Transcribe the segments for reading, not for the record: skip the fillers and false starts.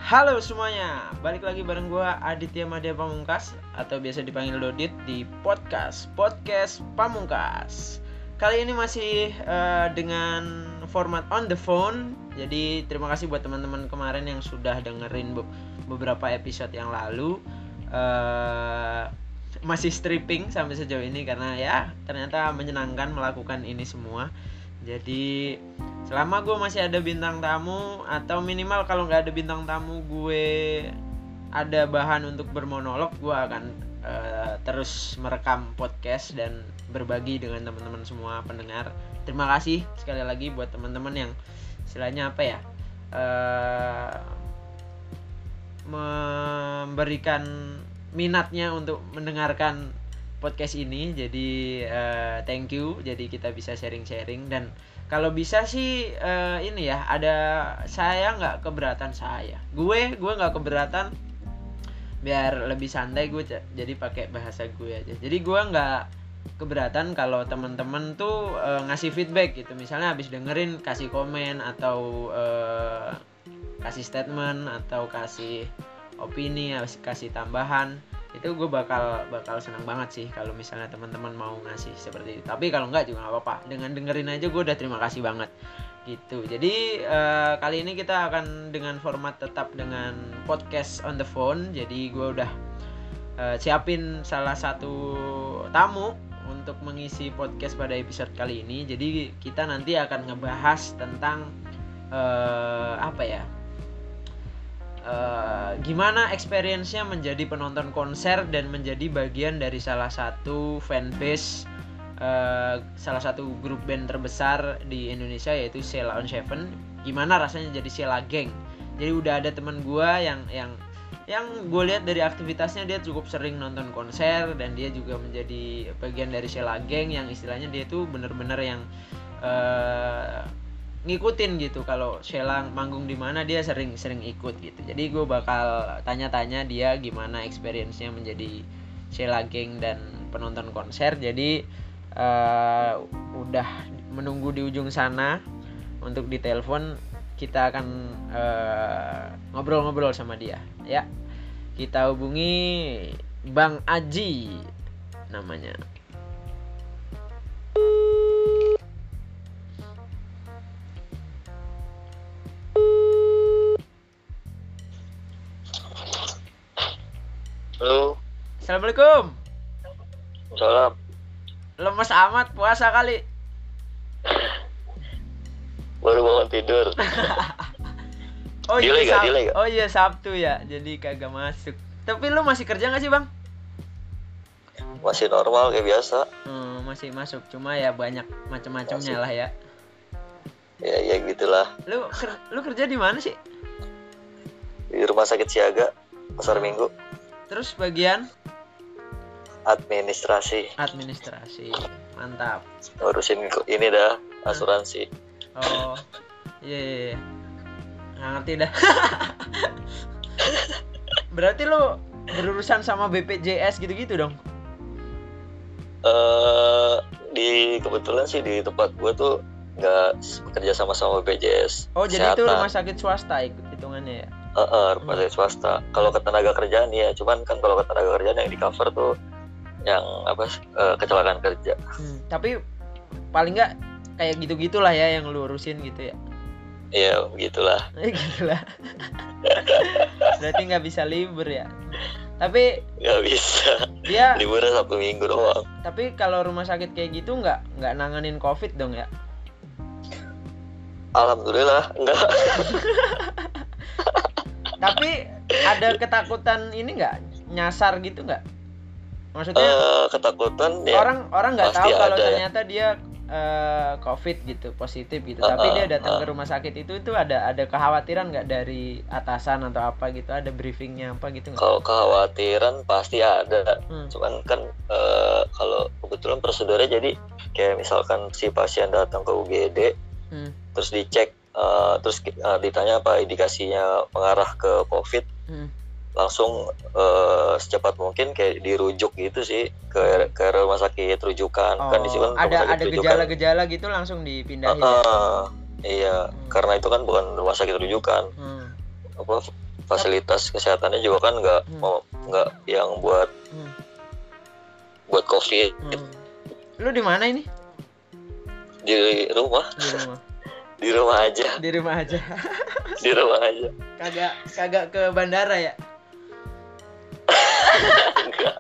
Halo semuanya, balik lagi bareng gue Aditya Madya Pamungkas atau biasa dipanggil Dodit di podcast Pamungkas. Kali ini masih dengan format on the phone. Jadi terima kasih buat teman-teman kemarin yang sudah dengerin beberapa episode yang lalu. Masih stripping sampai sejauh ini karena ya ternyata menyenangkan melakukan ini semua. Jadi selama gue masih ada bintang tamu, atau minimal kalau nggak ada bintang tamu gue ada bahan untuk bermonolog, gue akan terus merekam podcast dan berbagi dengan teman-teman semua pendengar. Terima kasih sekali lagi buat teman-teman yang istilahnya apa ya, memberikan minatnya untuk mendengarkan podcast ini. Jadi thank you. Jadi kita bisa sharing-sharing, dan kalau bisa sih ini ya, ada saya nggak keberatan, gue nggak keberatan, biar lebih santai gue jadi pakai bahasa gue aja. Jadi gue nggak keberatan kalau teman-teman tuh ngasih feedback gitu, misalnya habis dengerin kasih komen atau kasih statement atau kasih opini, kasih tambahan. Itu gue bakal senang banget sih kalau misalnya teman-teman mau ngasih seperti itu. Tapi kalau enggak juga nggak apa-apa, dengan dengerin aja gue udah terima kasih banget gitu. Jadi kali ini kita akan dengan format tetap dengan podcast on the phone. Jadi gue udah siapin salah satu tamu untuk mengisi podcast pada episode kali ini. Jadi kita nanti akan ngebahas tentang gimana experience-nya menjadi penonton konser dan menjadi bagian dari salah satu fanbase salah satu grup band terbesar di Indonesia, yaitu Sheila on 7. Gimana rasanya jadi Sheila Gang. Jadi udah ada teman gue yang gue lihat dari aktivitasnya dia cukup sering nonton konser, dan dia juga menjadi bagian dari Sheila Gang yang istilahnya dia tuh bener-bener yang ngikutin gitu. Kalau Sheila manggung di mana dia sering ikut gitu. Jadi gue bakal tanya-tanya dia gimana experience-nya menjadi Sheila Gang dan penonton konser. Jadi udah menunggu di ujung sana untuk ditelepon. Kita akan ngobrol-ngobrol sama dia ya. Kita hubungi Bang Aji namanya. Halo. Assalamualaikum. Salam. Lemes amat, puasa kali. Baru bangun tidur. Oh iya Sabtu ya, jadi kagak masuk. Tapi lu masih kerja nggak sih Bang? Masih normal kayak biasa. Masih masuk, cuma ya banyak macam-macamnya lah ya. Ya gitulah. Lu kerja di mana sih? Di Rumah Sakit Siaga, Pasar Minggu. Terus bagian administrasi, mantap. ngurusin ini dah, asuransi. Oh iya. Nggak ngerti dah. Berarti lu berurusan sama BPJS gitu-gitu dong? Kebetulan sih di tempat gue tuh nggak bekerja sama BPJS. Oh jadi itu rumah sakit swasta hitungannya ya? Rumah sakit swasta. Kalau ketenaga kerjaan ya, cuman kan kalau ketenaga kerjaan yang di cover tuh yang kecelakaan kerja. Tapi paling nggak kayak gitu-gitulah ya yang lu urusin gitu ya? Iya begitulah. Berarti nggak bisa libur ya? Tapi nggak bisa. Dia liburnya Sabtu Minggu doang. Tapi kalau rumah sakit kayak gitu nggak nanganin COVID dong ya? Alhamdulillah enggak. Tapi ada ketakutan ini nggak, nyasar gitu nggak? Maksudnya ketakutan ya. Orang nggak tahu kalau ada, ternyata dia COVID gitu, positif gitu. Tapi dia datang ke rumah sakit itu ada kekhawatiran nggak dari atasan atau apa gitu? Ada briefingnya apa gitu nggak? Kalau kekhawatiran pasti ada. Cuman kan kalau kebetulan prosedurnya jadi kayak misalkan si pasien datang ke UGD, terus dicek. Terus ditanya apa indikasinya mengarah ke COVID, langsung secepat mungkin kayak dirujuk gitu sih ke rumah sakit rujukan. Kan di sini ada gejala-gejala gitu langsung dipindahin. Iya, karena itu kan bukan rumah sakit rujukan. fasilitas kesehatannya juga kan nggak yang buat COVID. Lu di mana ini? Di rumah. Di rumah aja. Di rumah aja. Di rumah aja. Kagak ke bandara ya? Enggak.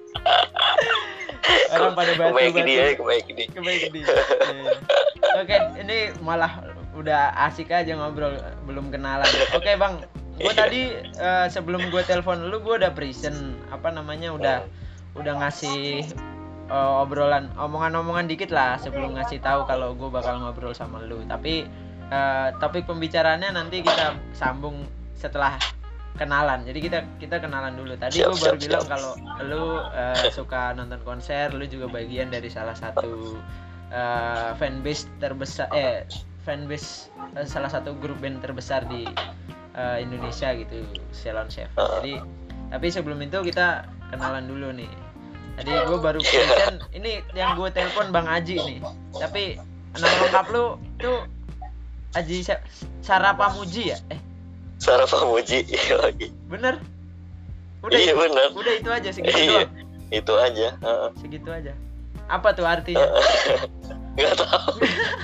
Orang pada batu. Ke McD. Oke, ini malah udah asik aja ngobrol, belum kenalan. Oke, Bang. Gue tadi sebelum gue telepon lu, gue udah present udah ngasih omongan-omongan dikit lah sebelum ngasih tahu kalau gue bakal ngobrol sama lu. Tapi topik pembicaraannya nanti kita sambung setelah kenalan. Jadi kita kenalan dulu. Tadi gue baru bilang kalau lu suka nonton konser, lu juga bagian dari salah satu fanbase terbesar salah satu grup band terbesar di Indonesia gitu, Ceylon Seven. Jadi tapi sebelum itu kita kenalan dulu nih. Tadi gue baru present, ini yang gue telepon Bang Aji nih. Tapi nama lengkap lu tuh Aji Sarapamuji ya? Sarapamuji lagi. Bener? Udah, iya bener. Udah itu aja segitu doang. Itu aja. Segitu aja. Apa tuh artinya? Gak tahu.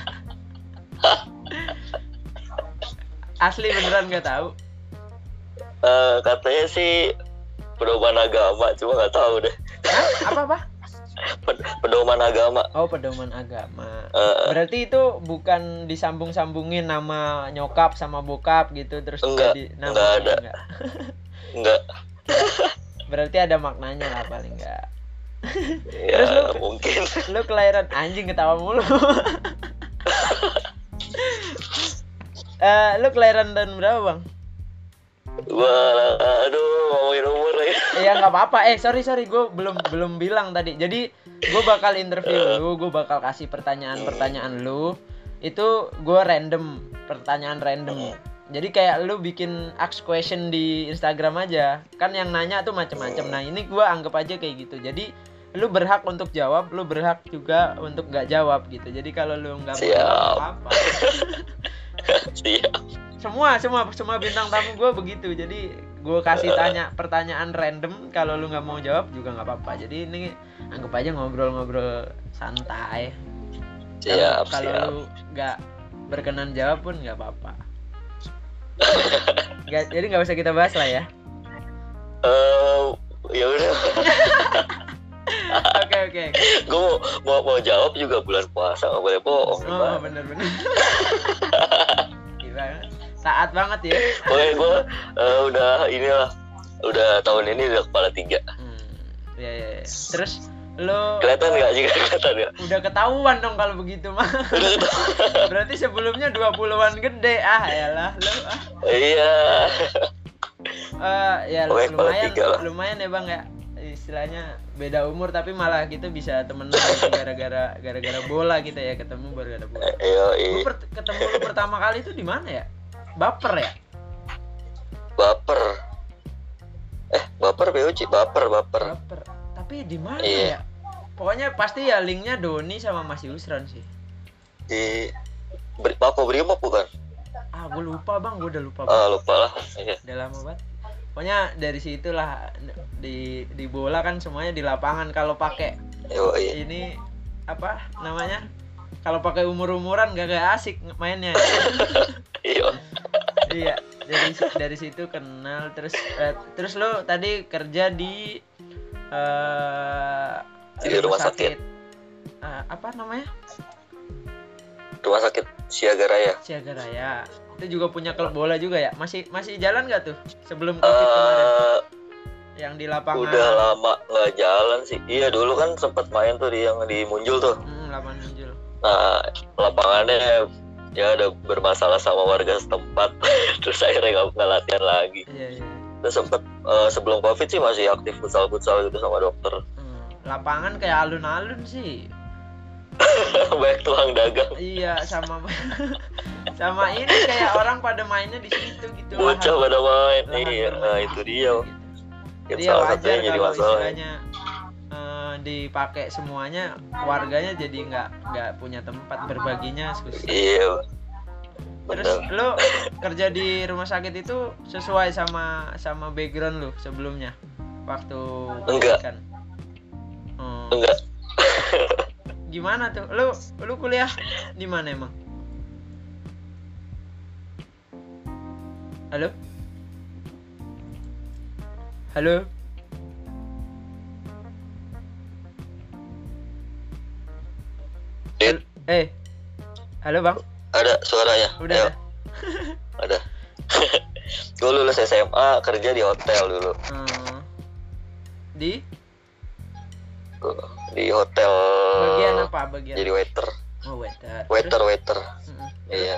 Asli beneran gak tahu. Katanya sih pedoman agama, cuma gak tahu deh. Hah? Apa? Pedoman agama. Oh, pedoman agama. Berarti itu bukan disambung-sambungin nama nyokap sama bokap gitu terus jadi nama. Enggak ada. Enggak. Berarti ada maknanya lah paling enggak. Ya, terus mungkin. Lu kelahiran anjing ketawa mulu. Lu kelahiran tahun berapa, Bang? Ngomongin umur ya. Iya nggak apa-apa. Sorry, gue belum bilang tadi. Jadi gue bakal interview lu, gue bakal kasih pertanyaan lu. Itu gue pertanyaan random. Jadi kayak lu bikin ask question di Instagram aja. Kan yang nanya tuh macam-macam. Nah ini gue anggap aja kayak gitu. Jadi lu berhak untuk jawab, lu berhak juga untuk nggak jawab gitu. Jadi kalau lu nggak mau jawab apa-apa. Siap. Semua bintang tamu gue begitu. Jadi gue kasih pertanyaan random, kalau lu nggak mau jawab juga nggak apa-apa. Jadi ini anggap aja ngobrol-ngobrol santai. Siap. Kalau lu nggak berkenan jawab pun nggak apa-apa. Jadi nggak usah kita bahas lah ya. Ya udah. Oke. Gue mau jawab juga bulan puasa, nggak boleh bohong. Oh bener. Gila. Taat banget ya. Oke, gue udah tahun ini udah kepala 3. Iya. Terus lo kelihatan nggak? Udah ketahuan dong kalau begitu mah. Berarti sebelumnya 20-an gede. Yalah lo. Iya. Ya lumayan ya Bang ya. Istilahnya beda umur tapi malah kita bisa temenan gara-gara bola kita ya, ketemu gara-gara bola. Iya. Ketemu lu pertama kali itu di mana ya? Baper ya? Baper BUC, baper. Tapi di mana ya? Pokoknya pasti ya linknya Doni sama Mas Yusran sih. Di Mako Brimob bukan? Gue lupa Bang, gue udah lupa. Lupa lah. Iya. Udah lama banget. Pokoknya dari situlah di bola kan semuanya di lapangan. Kalau pakai ini apa namanya? Kalau pakai umur-umuran gak asik mainnya. Iya. Dari situ kenal terus lo tadi kerja di rumah sakit. Apa namanya? Rumah sakit Siaga Raya. Itu juga punya klub bola juga ya? Masih jalan nggak tuh sebelum COVID kemarin? Yang di lapangan. Udah lama nggak jalan sih. Iya dulu kan sempat main tuh yang di Munjul tuh. Lapangan Munjul. Nah lapangannya ya ada bermasalah sama warga setempat. Terus akhirnya nggak latihan lagi. Iya. Terus sempat sebelum COVID sih masih aktif futsal gitu sama dokter. Lapangan kayak alun-alun sih. Banyak tukang dagang. Iya sama ini kayak orang pada mainnya di situ gitu. Bocah pada main. Iya, nah itu dia. Jadi ya wajar kalau istilahnya dipakai semuanya, warganya jadi nggak punya tempat, berbaginya susah. Iya. Terus lu kerja di rumah sakit itu sesuai sama background lu sebelumnya waktu enggak kan? Enggak. Gimana tuh? Lu kuliah di mana emang? Halo? Halo? Halo Bang? Ada suaranya? Udah. Ayo. Ada. Gue lulus SMA kerja di hotel dulu. Di hotel. Bagian apa? Jadi waiter. Oh, waiter. Waiter. Iya.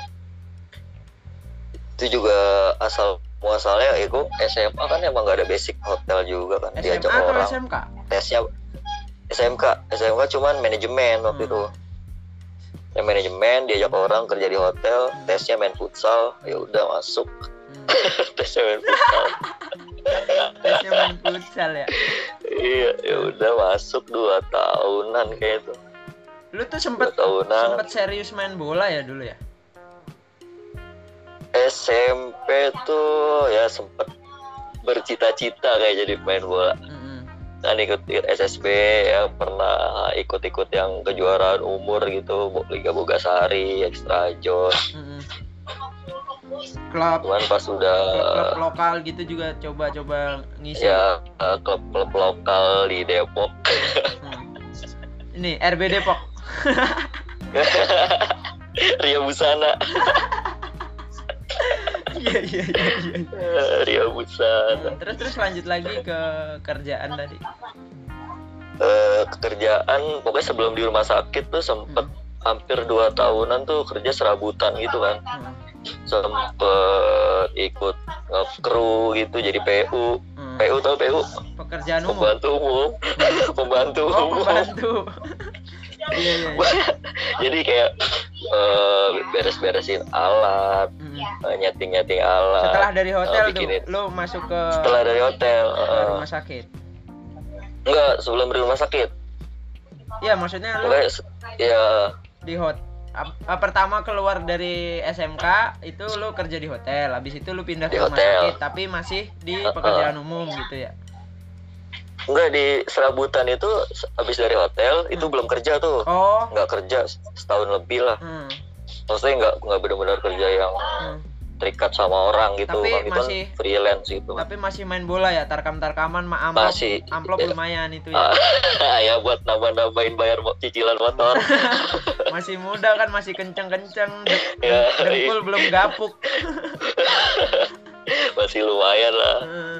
Itu juga asal muasalnya ya gue SMA kan emang gak ada basic hotel juga kan. SMA diajak atau orang. SMK? Tesnya SMK cuman manajemen waktu itu. Yang manajemen diajak orang kerja di hotel, tesnya main futsal, ya udah masuk. Tesnya main futsal. Tesnya main futsal ya. Iya, ya udah masuk 2 tahunan kayak itu. Lu tuh sempet serius main bola ya dulu ya? SMP tuh ya sempet bercita-cita kayak jadi main bola. Kan ikut SSB ya, pernah ikut yang kejuaraan umur gitu, Liga Bogasari, Extra Joss. Klub pas udah klub lokal gitu juga coba ngisi. Ya, klub lokal di Depok. Ini RB Depok. Ria Busana. Iya. Ria Busana. Terus lanjut lagi ke kerjaan tadi. Kerjaan pokoknya sebelum di rumah sakit tuh sempet hampir 2 tahunan tuh kerja serabutan gitu kan. Sempet ikut kru gitu jadi PU. PU tau PU? Pekerjaan umum. Pembantu umum. Pembantu. Iya. Jadi kayak beres-beresin alat, nyeting alat. Setelah dari hotel tuh, bikinin. lo masuk ke Setelah dari hotel rumah sakit. Enggak, sebelum di rumah sakit. Iya, maksudnya lo ya di pertama keluar dari SMK itu lo kerja di hotel, habis itu lo pindah ke rumah sakit, tapi masih di pekerjaan umum gitu ya. Enggak, di serabutan itu habis dari hotel itu belum kerja tuh. Nggak kerja setahun lebih lah. Maksudnya nggak benar-benar kerja yang terikat sama orang gitu. Tapi masih freelance gitu. Tapi masih main bola ya, tarkam-tarkaman amplop lumayan itu ya. Ya buat nambah-nambahin bayar cicilan motor. Masih muda kan, masih kenceng-kenceng, dengkul belum gapuk. Masih lumayan lah.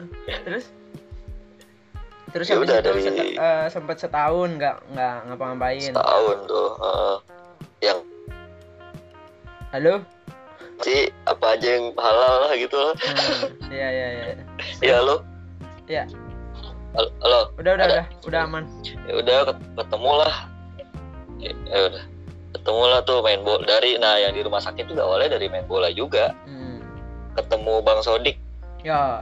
Terus habis udah itu sempat setahun nggak ngapa-ngapain. Setahun tuh. Yang halo? Sih apa aja yang halal lah gitu lah. Iya. Iya lo? Iya. Halo. Udah aman. Ya udah ketemu lah. Ya udah. Ketemu lah tuh main bola yang di rumah sakit juga awalnya dari main bola juga. Ketemu Bang Sodik. Ya.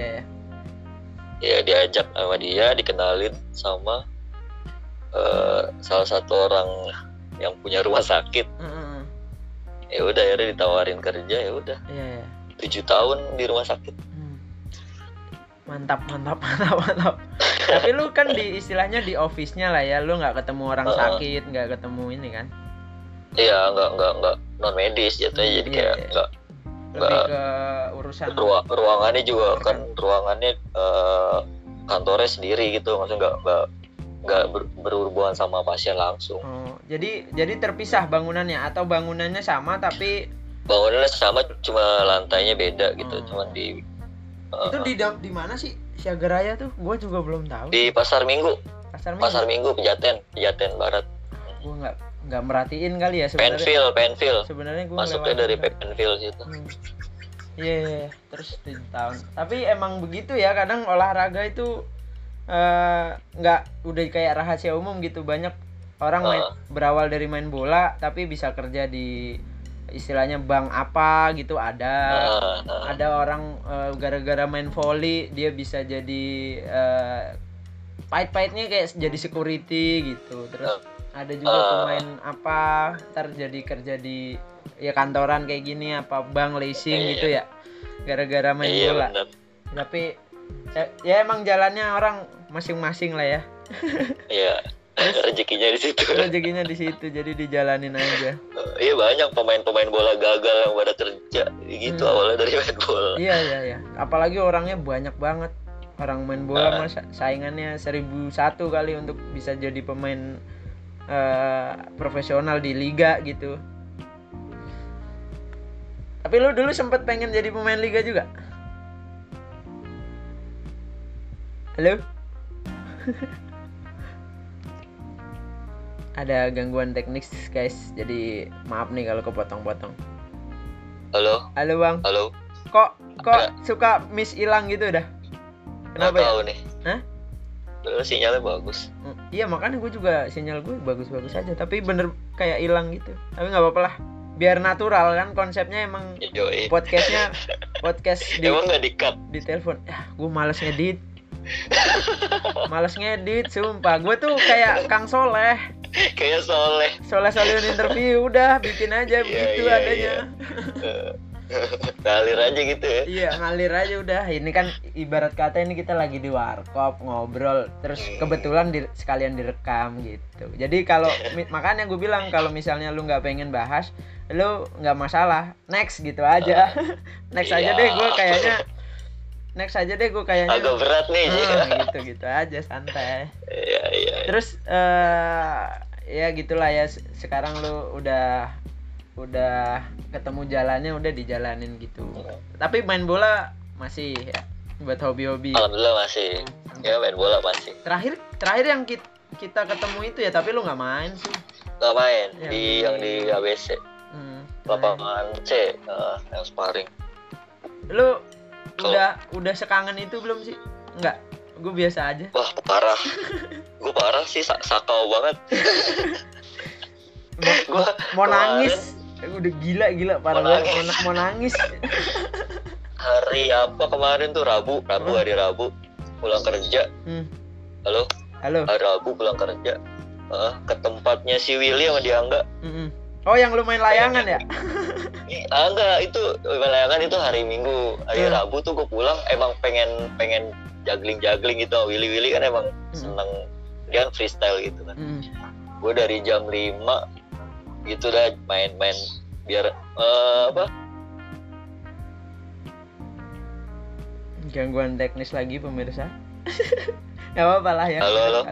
Ya diajak sama dia, dikenalin sama salah satu orang yang punya rumah sakit. Ya udah akhirnya ditawarin kerja, ya udah. Iya. 7 tahun di rumah sakit. Mantap. Tapi lu kan istilahnya di office-nya lah ya, lu nggak ketemu orang sakit, nggak ketemu ini kan? Iya, nggak non medis jatuhnya, jadi kayak nggak lebih ke urusan ruangannya juga kan ruangannya kantornya sendiri gitu, maksudnya nggak berhubungan sama pasien langsung. Jadi terpisah bangunannya atau bangunannya sama tapi bangunannya sama cuma lantainya beda gitu, cuman di itu di mana sih Siagaraya tuh? Gue juga belum tahu. Di Pasar Minggu. Pasar Minggu Pejaten Barat. Gue nggak merhatiin kali ya sebenarnya. Penfil. Sebenarnya gue masuknya dari Penfil situ. Iya. Terus 7 tahun. Tapi emang begitu ya, kadang olahraga itu nggak udah kayak rahasia umum gitu. Banyak orang berawal dari main bola tapi bisa kerja di istilahnya bank apa gitu, ada orang gara-gara main volley dia bisa jadi pahit-pahitnya kayak jadi security gitu. Terus ada juga pemain apa ntar jadi kerja di ya kantoran kayak gini apa bank leasing gitu ya gara-gara main bola. Bener. Tapi ya emang jalannya orang masing-masing lah ya. Iya. Rezekinya di situ. Jadi dijalanin aja. Iya, banyak pemain bola gagal yang pada kerja gitu awalnya dari main bola. Iya. Apalagi orangnya banyak banget. Orang main bola mah saingannya 1001 kali untuk bisa jadi pemain profesional di liga gitu. Tapi lu dulu sempet pengen jadi pemain liga juga? Halo? Ada gangguan teknis guys, jadi maaf nih kalau kepotong-potong. Halo Bang. Halo. Kok suka miss hilang gitu dah? Kenapa tahu ya? Nih. Hah? Sinyalnya bagus. Iya makanya gue juga sinyal gue bagus-bagus aja, tapi bener kayak hilang gitu. Tapi nggak apa-apa lah, biar natural kan konsepnya emang. Podcast emang nggak di-cut di telepon. Gue males ngedit, sumpah. Gue tuh kayak Kang Soleh. Kayak Soleh interview udah bikin aja begitu adanya. Ngalir aja gitu ya. Iya, ngalir aja udah. Ini kan ibarat kata ini kita lagi di warkop ngobrol, terus kebetulan sekalian direkam gitu. Jadi kalau makanya gue bilang kalau misalnya lu nggak pengen bahas, lu nggak masalah, next gitu aja. Next aja deh gue kayaknya. Agak berat nih. Gitu aja santai. Iya. Terus ya gitulah ya. Sekarang lu udah ketemu jalannya, udah dijalanin gitu. Tapi main bola masih ya, buat hobi-hobi. Alhamdulillah masih. Ya main bola masih. Terakhir yang kita ketemu itu ya, tapi lu nggak main sih. Nggak main yang di ABC. Lapangan C yang sparring. Lu udah sekangen itu belum sih? Enggak. Gue biasa aja. Wah, parah. Gue parah sih, sakau banget. Mau nangis. Udah gila parah banget. Mau nangis. Hari apa kemarin tuh Rabu hari Rabu pulang kerja. Halo. Hari Rabu pulang kerja. Ke tempatnya si Willy sama Diangga. Oh, yang lu main layangan ya? Enggak, itu layangan itu hari Minggu. Hari Rabu tuh gue pulang emang pengen juggling gitu. Willy kan emang seneng, dia kan freestyle gitu kan. Gue dari jam 5 gitu dah main biar gangguan teknis lagi pemirsa. Gak apa-apa lah ya. Halo.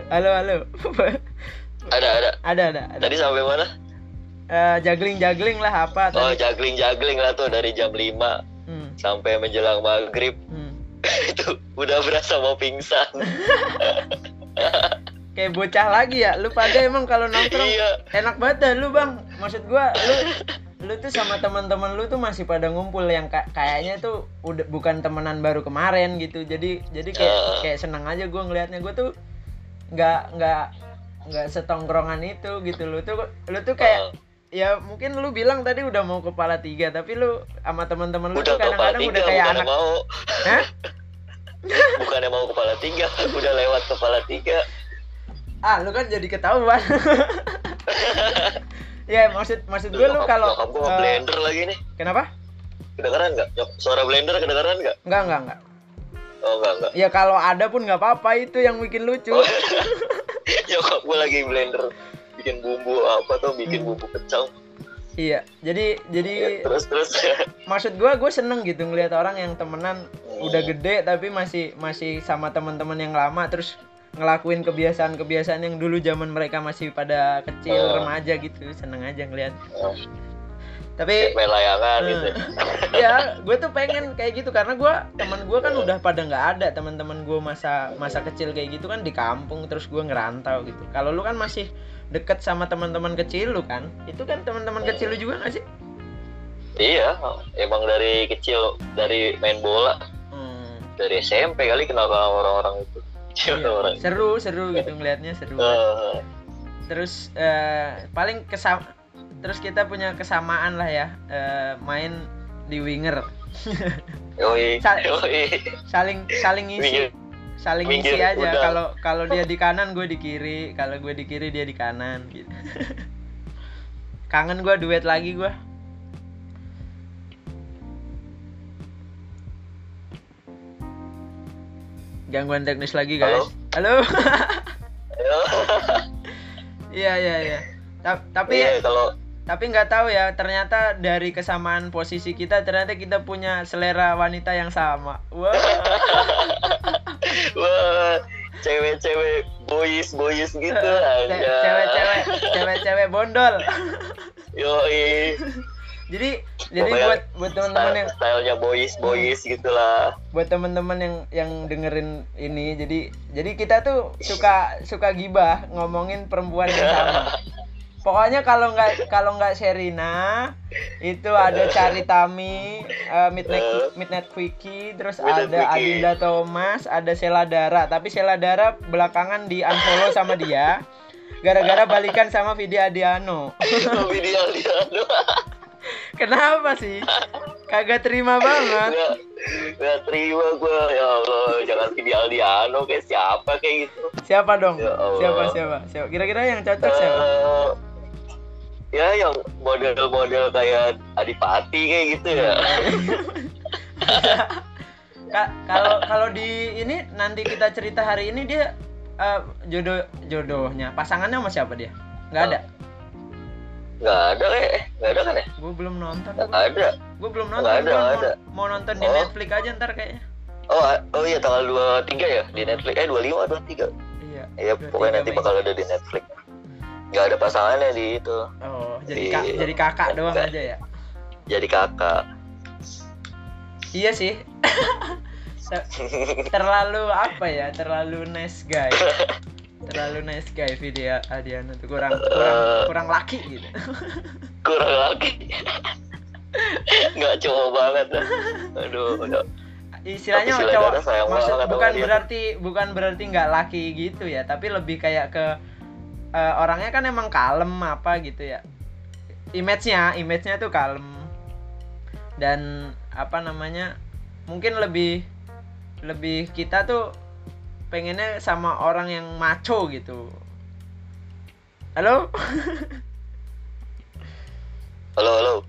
Ada. Tadi sampai mana? Juggling lah apa tadi? Oh, juggling lah tuh dari jam 5 sampai menjelang maghrib. Itu udah berasa mau pingsan. Kayak bocah lagi ya. Lu pada emang kalau nongkrong enak banget dah lu, Bang. Maksud gua lu tuh sama teman-teman lu tuh masih pada ngumpul yang kayaknya tuh udah bukan temenan baru kemarin gitu. Jadi kayak senang aja gua ngelihatnya. Gua tuh enggak setongkrongan itu gitu. Lu tuh kayak ya mungkin lu bilang tadi udah mau kepala 3, tapi lu sama teman-teman lu tuh kadang-kadang udah kayak anak. Mau. Hah? Bukannya mau kepala 3, udah lewat kepala 3. Lu kan jadi ketahuan. Ya maksud gue lu kalau gue blender lagi nih. Kenapa? Kedengeran nggak? Suara blender kedengeran nggak? Enggak. Oh enggak. Ya kalau ada pun nggak apa-apa, itu yang bikin lucu. Nyokap gue lagi blender bikin bumbu bikin bumbu pecel. Iya, jadi ya, terus maksud gue seneng gitu ngelihat orang yang temenan udah gede tapi masih sama teman-teman yang lama, terus ngelakuin kebiasaan yang dulu zaman mereka masih pada kecil remaja gitu. Seneng aja ngelihat. Tapi main layangan gitu. Ya, gue tuh pengen kayak gitu karena teman gue kan udah pada nggak ada. Teman-teman gue masa kecil kayak gitu kan di kampung, terus gue ngerantau gitu. Kalau lu kan masih deket sama teman-teman kecil lu kan, itu kan teman-teman kecil lu juga nggak sih? Iya, emang dari kecil dari main bola, dari SMP kali kenal sama orang-orang itu. Iya, seru gitu ngelihatnya, seru. Terus paling terus kita punya kesamaan lah ya, main di winger. Yoi. Saling ngisi. saling minggir, isi aja. udah. Kalau dia di kanan gue di kiri, kalau gue di kiri dia di kanan gitu. Kangen gue duet lagi gue. Gangguan teknis lagi guys. Halo. Iya. Tapi iya, kalau tapi nggak tahu ya, ternyata dari kesamaan posisi kita ternyata kita punya selera wanita yang sama. Wah. Wah, cewek-cewek boys gitu aja. Cewek-cewek bondol. Yoi. Jadi Pokoknya buat teman-teman yang stylenya boys gitulah. Buat teman-teman yang dengerin ini, jadi kita tuh suka gibah ngomongin perempuan yang sama. Pokoknya kalau nggak Sherina itu ada Cari Tami, Midnight Quickie, terus ada Adinda Thomas, ada Sheila Dara. Tapi Sheila Dara belakangan di unfollow sama dia gara-gara balikan sama Vidi Adiano. Kenapa sih? Kagak terima banget. Nggak terima gue, ya Allah, jangan Vidi Adiano kayak siapa kayak gitu. Siapa dong? Ya Allah. Siapa? Kira-kira yang cocok siapa? Ya yang model-model kayak Adipati kayak gitu ya. Kalau di ini nanti kita cerita hari ini dia jodohnya pasangannya sama siapa dia? Nggak ada. Nggak ada kan ya? Gue belum nonton. Nggak ada. Gue belum nonton. Nggak ada. Mau nonton di Netflix aja ntar kayaknya. Oh iya tanggal 23 ya di Netflix. 25 23. Iya. Ya pokoknya nanti bakal ada di Netflix. Nggak ada pasangannya di itu. Oh, jadi kakak doang aja ya. Jadi kakak. Iya sih. Terlalu apa ya? Terlalu nice guy. Vidi Adiano tuh kurang laki gitu. Kurang laki. Nggak cowok banget dah. Aduh. Istilahnya cowok maksud bukan berarti nggak laki gitu ya, tapi lebih kayak ke orangnya kan emang kalem apa gitu ya. Image-nya tuh kalem. Dan apa namanya? Mungkin lebih kita tuh pengennya sama orang yang macho gitu. Halo? Halo.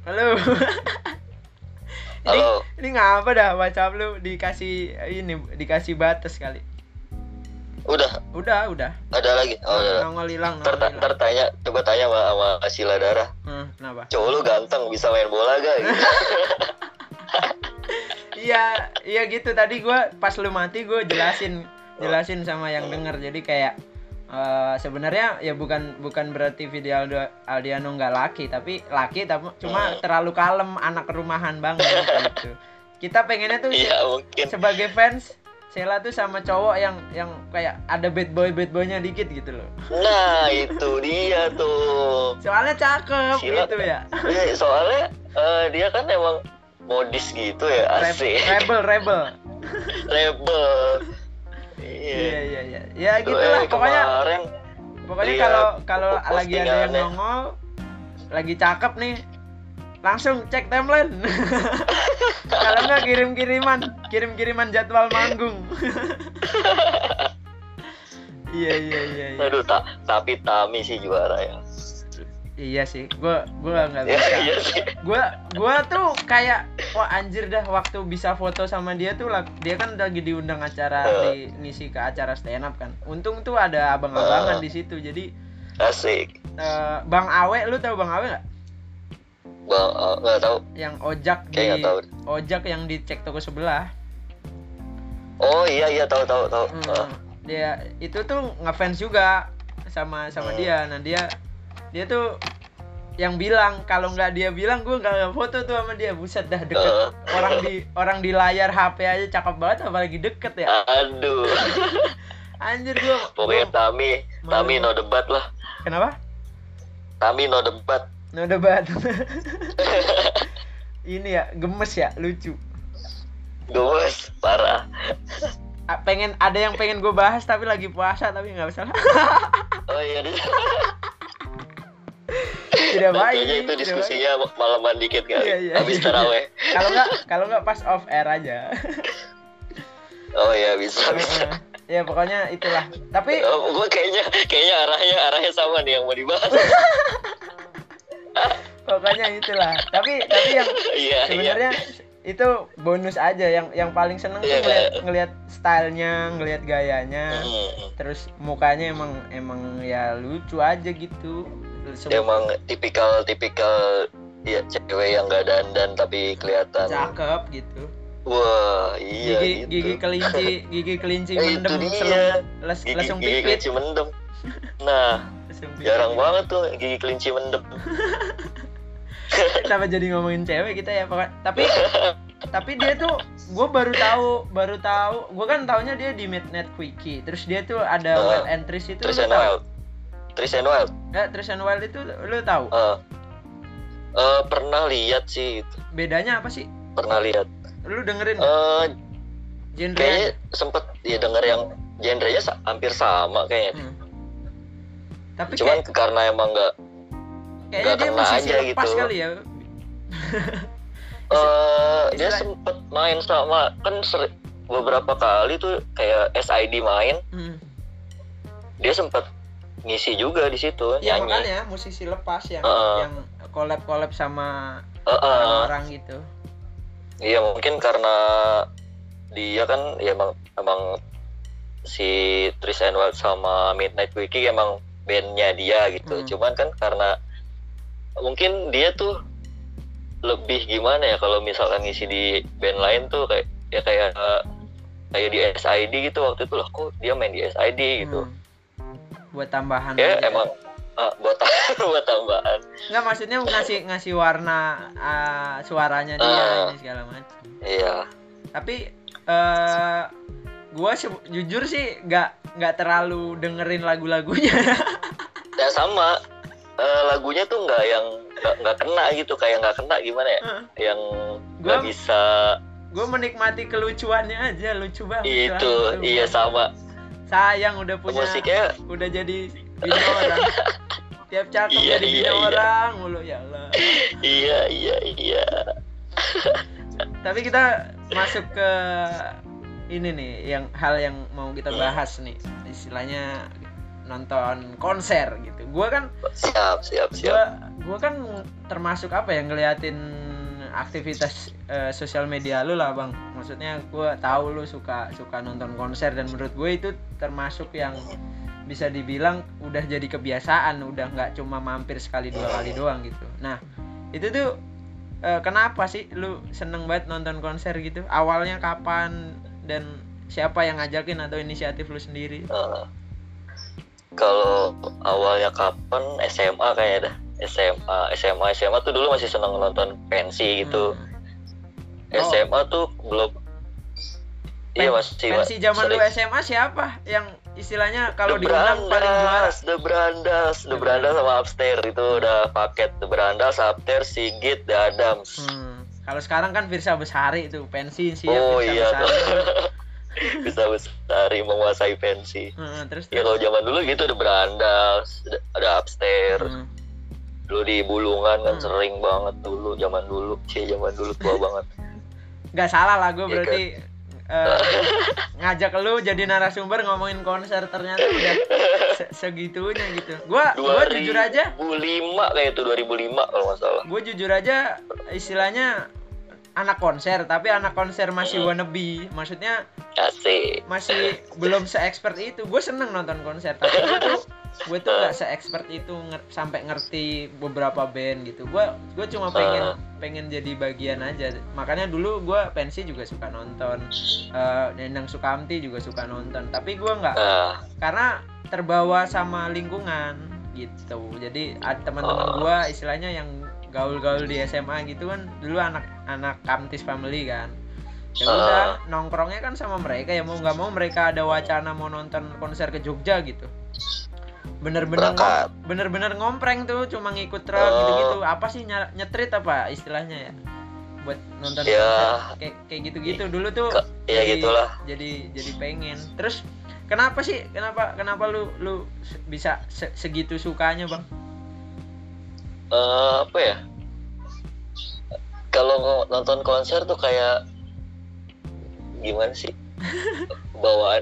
Ini ngapa dah WhatsApp lu dikasih batas kali. Udah. Ada lagi. Nongol hilang. Coba tanya sama Sheila Dara. Kenapa? Cowok lu ganteng, bisa main bola gak? Gitu. Iya gitu, tadi gue pas lu mati gue jelasin sama yang denger. Jadi kayak sebenarnya ya bukan berarti Vidi Adiano nggak laki, tapi cuma terlalu kalem, anak rumahan banget gitu. Kita pengennya tuh sebagai fans Sheila tuh sama cowok yang kayak ada bad boynya dikit gitu loh. Nah itu dia tuh. Soalnya cakep Sheila, gitu ya. Iya, soalnya dia kan emang modis gitu ya, asik. Rebel. Iya. Ya gitulah pokoknya kalau lagi ada yang nongol lagi cakep nih, langsung cek timeline. Kalau enggak kirim-kiriman jadwal manggung. Iya. Aduh, tapi Tami sih juara ya. Iya sih, gue nggak bisa. Iya sih. Gue tuh kayak wah anjir dah, waktu bisa foto sama dia tuh dia kan lagi diundang acara di ngisi ke acara stand up kan. Untung tuh ada abang-abangan di situ, jadi asik. Bang Awe, lu tahu Bang Awe nggak? Nggak tahu. Yang ojak yang di cek toko sebelah. Oh iya tahu. Dia itu tuh ngefans juga sama dia. Nah dia tuh yang bilang, kalau nggak dia bilang gue nggak foto tuh sama dia. Buset dah, deket. Orang di layar HP aja cakep banget, apalagi deket ya. Aduh. Anjir gue. Pokoknya Tami no debat lah. Kenapa? Tami no debat. Ini ya gemes ya, lucu. Gemes parah. Ada yang pengen gue bahas tapi lagi puasa, tapi nggak usah. Oh iya. Tidak baik. Itu diskusinya malaman dikit kali. Habis taraweh. Kalau nggak pas off air aja. Oh iya bisa. Ya pokoknya itulah. Tapi gue kayaknya arahnya sama nih yang mau dibahas. Pokoknya itulah. Tapi yang sebenarnya itu bonus aja. Yang paling seneng tuh ngelihat stylenya, ngelihat gayanya. Terus mukanya emang ya lucu aja gitu. Emang tipikal ya cewek yang gak dandan tapi kelihatan cakep gitu. Wah, iya gigi kelinci mendem lesung gigi pipit. kelinci mendem. Nah, jarang banget tuh gigi kelinci mendem. Kenapa jadi ngomongin cewek kita ya, Pak? Tapi dia tuh gue baru tahu gue kan taunya dia di Midnight Quickie. Terus dia tuh ada Wild and Trees itu. Trees and Wild. Ya, Trees and Wild itu lu tahu? Pernah lihat sih itu. Bedanya apa sih? Pernah lihat. Lu dengerin? Genre kayaknya sempet ya denger yang genrenya hampir sama kayaknya. Tapi cuman karena emang kayaknya dia musisi lepas gitu kali ya. Dia sempet main sama kan beberapa kali tuh kayak SID main. Dia sempet ngisi juga di situ ya, nyanyi. Makanya musisi lepas yang collab sama orang gitu. Iya, mungkin karena dia kan ya emang si Trees and Wild sama Midnight Quickie emang bandnya dia gitu. Cuman kan karena mungkin dia tuh lebih gimana ya kalau misalkan ngisi di band lain tuh kayak di SID gitu waktu itu loh, kok dia main di SID gitu. Buat tambahan. Ya emang buat tambahan. Enggak, maksudnya ngasih warna suaranya dia ini segala macam. Iya. Tapi gue jujur sih nggak terlalu dengerin lagu-lagunya. Ya sama, lagunya tuh nggak kena gitu, kayak nggak kena gimana ya? Yang nggak bisa. Gue menikmati kelucuannya aja, lucu banget. Itu iya sama. Sayang udah punya. Musiknya udah jadi bini orang. Tiap cakep jadi bini orang mulu, ya Allah. Iya. Tapi kita masuk ke ini nih, hal yang mau kita bahas nih, istilahnya nonton konser gitu. Gue kan siap. Gue kan termasuk apa ya, ngeliatin aktivitas sosial media lu lah, Bang. Maksudnya gue tahu lu suka nonton konser, dan menurut gue itu termasuk yang bisa dibilang udah jadi kebiasaan, udah nggak cuma mampir sekali 2 kali doang gitu. Nah itu tuh kenapa sih lu seneng banget nonton konser gitu? Awalnya kapan dan siapa yang ngajakin atau inisiatif lu sendiri? Kalau awalnya kapan, SMA kayaknya dah. SMA tuh dulu masih seneng nonton pensi gitu. SMA tuh belum. Iya masih. Pensi zaman lu SMA siapa yang istilahnya kalau diundang paling juara? The Brandas sama Upstairs itu udah paket. The Brandas, Upstairs, Sigit, The Adams. Kalau sekarang kan Firsa Besari itu pensi sih ya. Besari. Firsa Besari menguasai pensi. Terus ya kalau zaman dulu gitu The Brandas, ada Upstairs. Dulu di Bulungan kan sering banget dulu, zaman dulu tua banget. Gak salah lah gue berarti ngajak lu jadi narasumber ngomongin konser, ternyata udah segitunya gitu. Gua jujur aja 2005 kayak itu, 2005 kalau nggak salah. Gue jujur aja istilahnya anak konser, tapi anak konser masih wannabe. Maksudnya masih belum se-expert itu. Gue seneng nonton konser, tapi gue tuh gak se-expert itu sampai ngerti beberapa band gitu. Gue cuma pengen jadi bagian aja. Makanya dulu gue pensi juga suka nonton, Nendang Sukamti juga suka nonton. Tapi gue nggak, karena terbawa sama lingkungan gitu. Jadi teman-teman gue istilahnya yang gaul-gaul di SMA gitu kan, dulu anak Kamtis family kan. Ya udah nongkrongnya kan sama mereka, ya mau nggak mau mereka ada wacana mau nonton konser ke Jogja gitu. Bener-bener ngompreng tuh, cuma ngikut truk gitu-gitu. Apa sih nyetrit apa istilahnya ya, buat nonton konser kayak gitu-gitu dulu tuh. Ya gitulah. Jadi pengen. Terus kenapa lu bisa segitu sukanya, Bang? Apa ya? Kalau nonton konser tuh kayak gimana sih? bawaan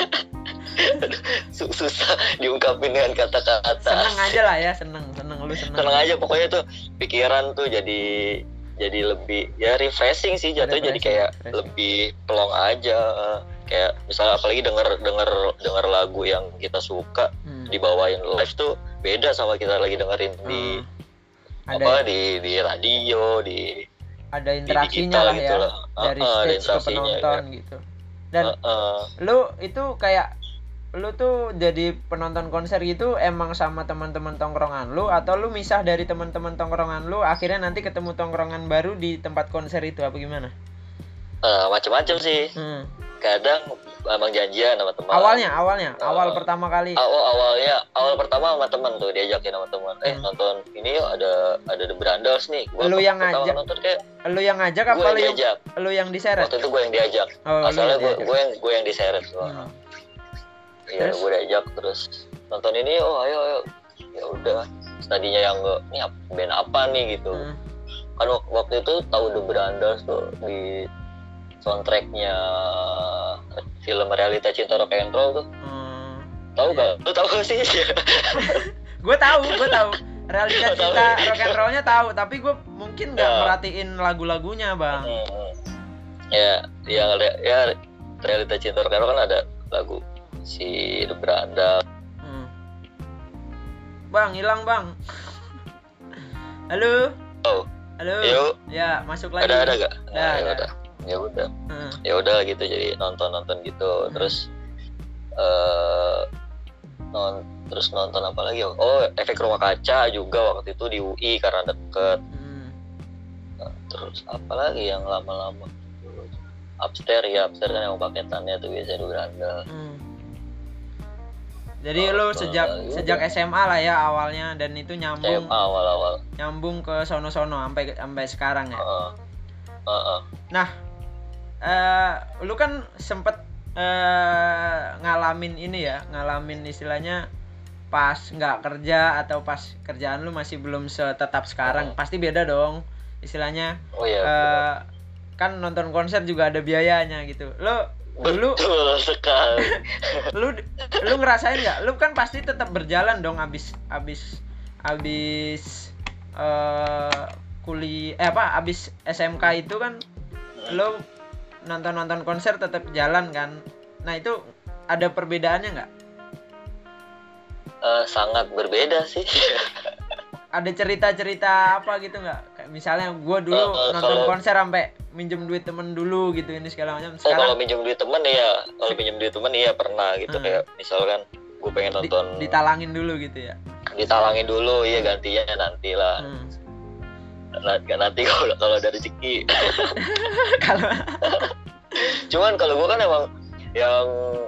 susah diungkapin dengan kata-kata. Seneng aja lah ya, seneng lu seneng aja pokoknya tuh, pikiran tuh jadi lebih ya refreshing sih jatuhnya, jadi kayak lebih pelong aja. Kayak misalnya apalagi denger lagu yang kita suka dibawain live tuh beda sama kita lagi dengerin di di radio, ada interaksinya lah ya, dari stage ke penonton ya. Gitu. Dan lu itu kayak lu tuh jadi penonton konser gitu emang sama teman-teman tongkrongan lu, atau lu misah dari teman-teman tongkrongan lu akhirnya nanti ketemu tongkrongan baru di tempat konser itu, apa gimana? Macam-macam sih. Kadang emang janjian sama teman. Awal pertama kali. Awal pertama sama teman tuh, diajakin sama teman. Nonton ini yuk, ada The Brandals nih. Lu yang ngajak? Lu yang ngajak apa lu yang diseret? Waktu itu gue yang diajak. Asalnya gue yang diseret. Iya, gue diajak terus nonton ini, ayo. Ya udah. Tadinya yang ini band apa nih gitu. Kan waktu itu tahu The Brandals tuh di soundtracknya film Realita Cinta Rock and Roll tuh. Tahu gak? Lu tahu gak sih? Gue tahu. Realita Cinta Rock and Roll-nya tahu, tapi gue mungkin nggak merhatiin lagu-lagunya, Bang. Ya, Realita Cinta Rock and Roll kan ada lagu si The Brandals. Bang, hilang, Bang. Halo. Halo. Yuk. Ya, masuk lagi. Ada gak? Ada. Ya udah gitu, jadi nonton gitu. Terus terus nonton apa lagi? Efek Rumah Kaca juga waktu itu di UI karena deket. Terus apa lagi yang lama-lama? Upstairs kan yang paketannya tuh biasanya di beranda. Jadi lu sejak SMA lah ya awalnya, dan itu nyambung awal-awal. Nyambung ke sono-sono sampai sekarang ya. Nah, lu kan sempet ngalamin istilahnya pas nggak kerja atau pas kerjaan lu masih belum setetap sekarang. Pasti beda dong istilahnya. Kan nonton konser juga ada biayanya gitu. Betul sekali. lu ngerasain nggak? Lu kan pasti tetap berjalan dong abis abis SMK itu kan lu nonton konser tetap jalan kan? Nah itu ada perbedaannya nggak? Sangat berbeda sih. Ada cerita-cerita apa gitu nggak? Kayak misalnya gue dulu nonton konser sampai minjem duit temen dulu gitu, ini segala macam. Kalau minjem duit temen ya, pernah gitu. Kayak misalkan gue pengen nonton, ditalangin dulu gitu ya. Ditalangin dulu, iya, gantinya nantilah. Nanti kalau ada rezeki. Cuman kalau gue kan emang yang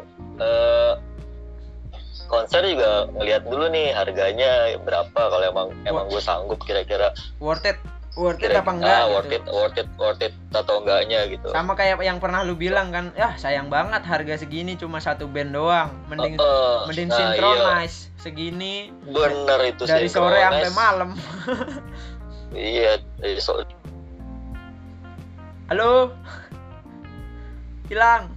konser juga ngeliat dulu nih harganya berapa, kalau emang gue sanggup kira-kira worth it apa enggak gitu. Worth it atau enggaknya gitu. Sama kayak yang pernah lu bilang kan, sayang banget harga segini cuma satu band doang, mending Synchronize segini. Bener itu, dari sore sampai malam. Iya, Halo. Hilang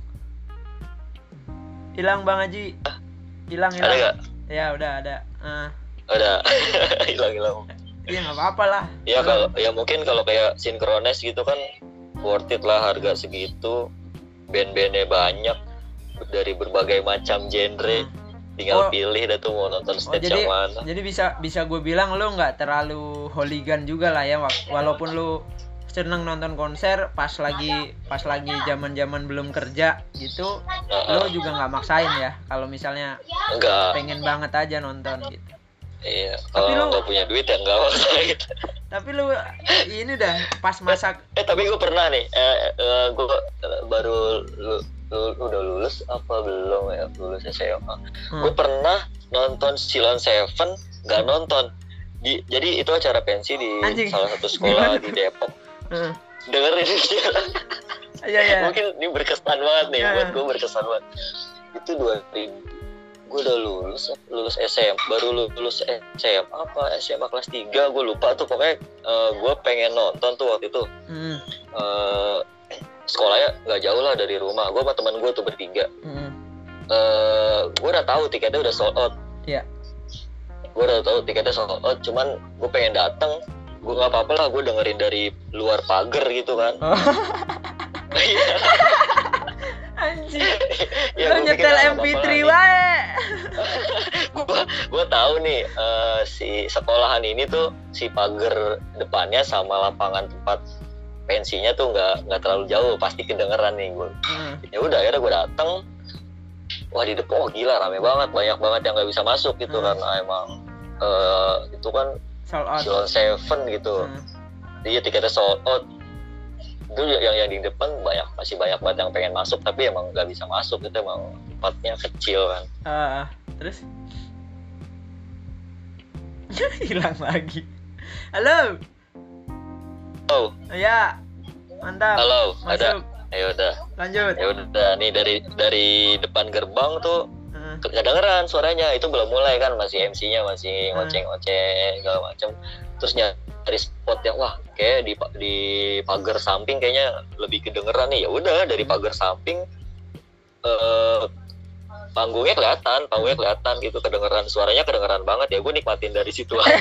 Bang Haji. Hilang. Ada gak? Ya udah ada. Udah. Hilang. Iya nggak apa-apa lah. Ya kalau mungkin kalau kayak Synchronize gitu kan worth it lah, harga segitu, band-bandnya banyak dari berbagai macam genre, tinggal pilih dah tuh mau nonton stage yang mana. Jadi bisa gue bilang lu nggak terlalu hooligan juga lah ya, walaupun lu seneng nonton konser pas lagi zaman belum kerja gitu, lu juga nggak maksain ya kalau misalnya pengen banget aja nonton gitu. Iya, kalau nggak punya duit ya nggak maksa gitu. Tapi lu ini dah pas masak. Tapi gue pernah nih, gue baru udah lulus apa belum ya, lulus SMA. Gue pernah nonton Silon Seven, nggak nonton. Jadi itu acara pensi di salah satu sekolah di Depok. Dengerin dia. Iya. Mungkin ini berkesan banget nih, buat gue berkesan banget. Itu 2000. Gue udah lulus SMA, baru lulus SMA apa SMA kelas 3, gue lupa tuh. Pokoknya gue pengen nonton tuh waktu itu sekolahnya nggak jauh lah dari rumah. Gue sama teman gue tuh bertiga. Gue udah tahu tiketnya udah sold out. Iya. Gue udah tahu tiketnya sold out, cuman gue pengen datang. Gue nggak apa-apa lah, gue dengerin dari luar pagar gitu kan. Anjir. Lo nyetel MP3 wae. Gue tahu nih si sekolahan ini tuh si pagar depannya sama lapangan tempat pensinya tuh nggak terlalu jauh, pasti kedengeran nih gue. Ya udah, akhirnya gue datang. Wah, di depan gila rame banget, banyak banget yang nggak bisa masuk gitu karena emang itu kan Silon Seven gitu. Iya, tiketnya sold out. Itu yang di depan masih banyak banget yang pengen masuk tapi emang nggak bisa masuk, itu emang tempatnya kecil kan. Terus hilang lagi. Halo. Oh ya, mantap. Halo, masuk. Ada. Ayo udah. Lanjut. Ya udah nih dari depan gerbang tuh kedengeran suaranya. Itu belum mulai kan, masih MC-nya masih ngoceng-ngoceng segala macam. Terus nyari spot yang wah kayak di pagar samping kayaknya lebih kedengeran nih. Ya udah, dari pagar samping panggungnya kelihatan gitu, kedengeran suaranya, kedengeran banget ya. Gue nikmatin dari situ aja.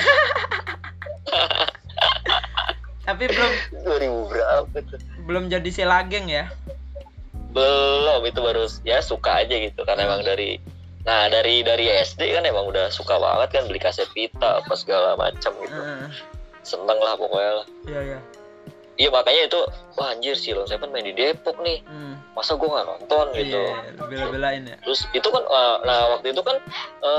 Tapi belum 2000 berapa tuh? Belum jadi selageng ya? Belum, itu baru ya suka aja gitu karena emang dari SD kan emang udah suka banget kan, beli kaset pita apa segala macam gitu. Seneng lah pokoknya lah. Iya. Iya, makanya itu wah anjir, Silon Seven main di Depok nih. Masa gue nggak nonton gitu. Iya, bela-belain ya. Terus itu kan waktu itu kan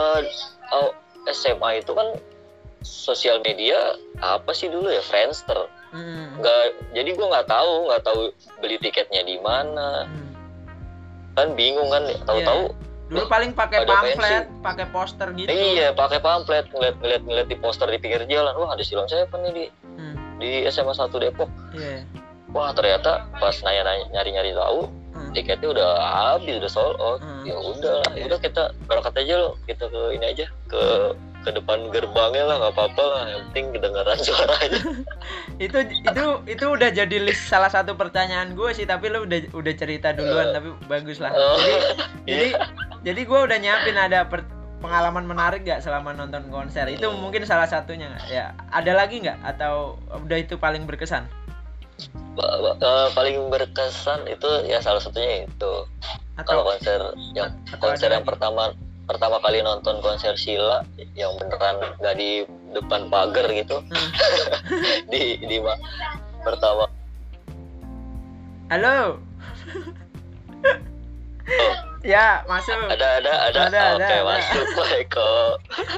SMA itu kan sosial media apa sih dulu ya, Friendster. Jadi gue nggak tahu beli tiketnya di mana. Kan bingung kan, tahu-tahu dulu paling pakai pamflet, pakai poster gitu. Iya, pakai pamflet, ngeliat di poster di pinggir jalan. Wah, ada Silon Seven nih di SMA 1 Depok. Iya. Wah, ternyata pas nyari tahu tiketnya udah habis, udah sold out. Ya udah kita berangkat aja loh, kita ke ini aja ke depan gerbangnya lah, nggak apa-apa lah, yang penting kedengaran suaranya. itu udah jadi list salah satu pertanyaan gue sih, tapi lo udah cerita duluan, tapi bagus lah. Jadi gue udah nyiapin ada pengalaman menarik gak selama nonton konser. Itu mungkin salah satunya gak? Ya, ada lagi nggak atau udah itu paling berkesan? Paling berkesan itu ya salah satunya itu. Kalau konser yang pertama kali nonton konser Sheila yang beneran nggak di depan pagar gitu. di pertama. Halo. Ya, masuk. Ada. Oke, masuk Michael.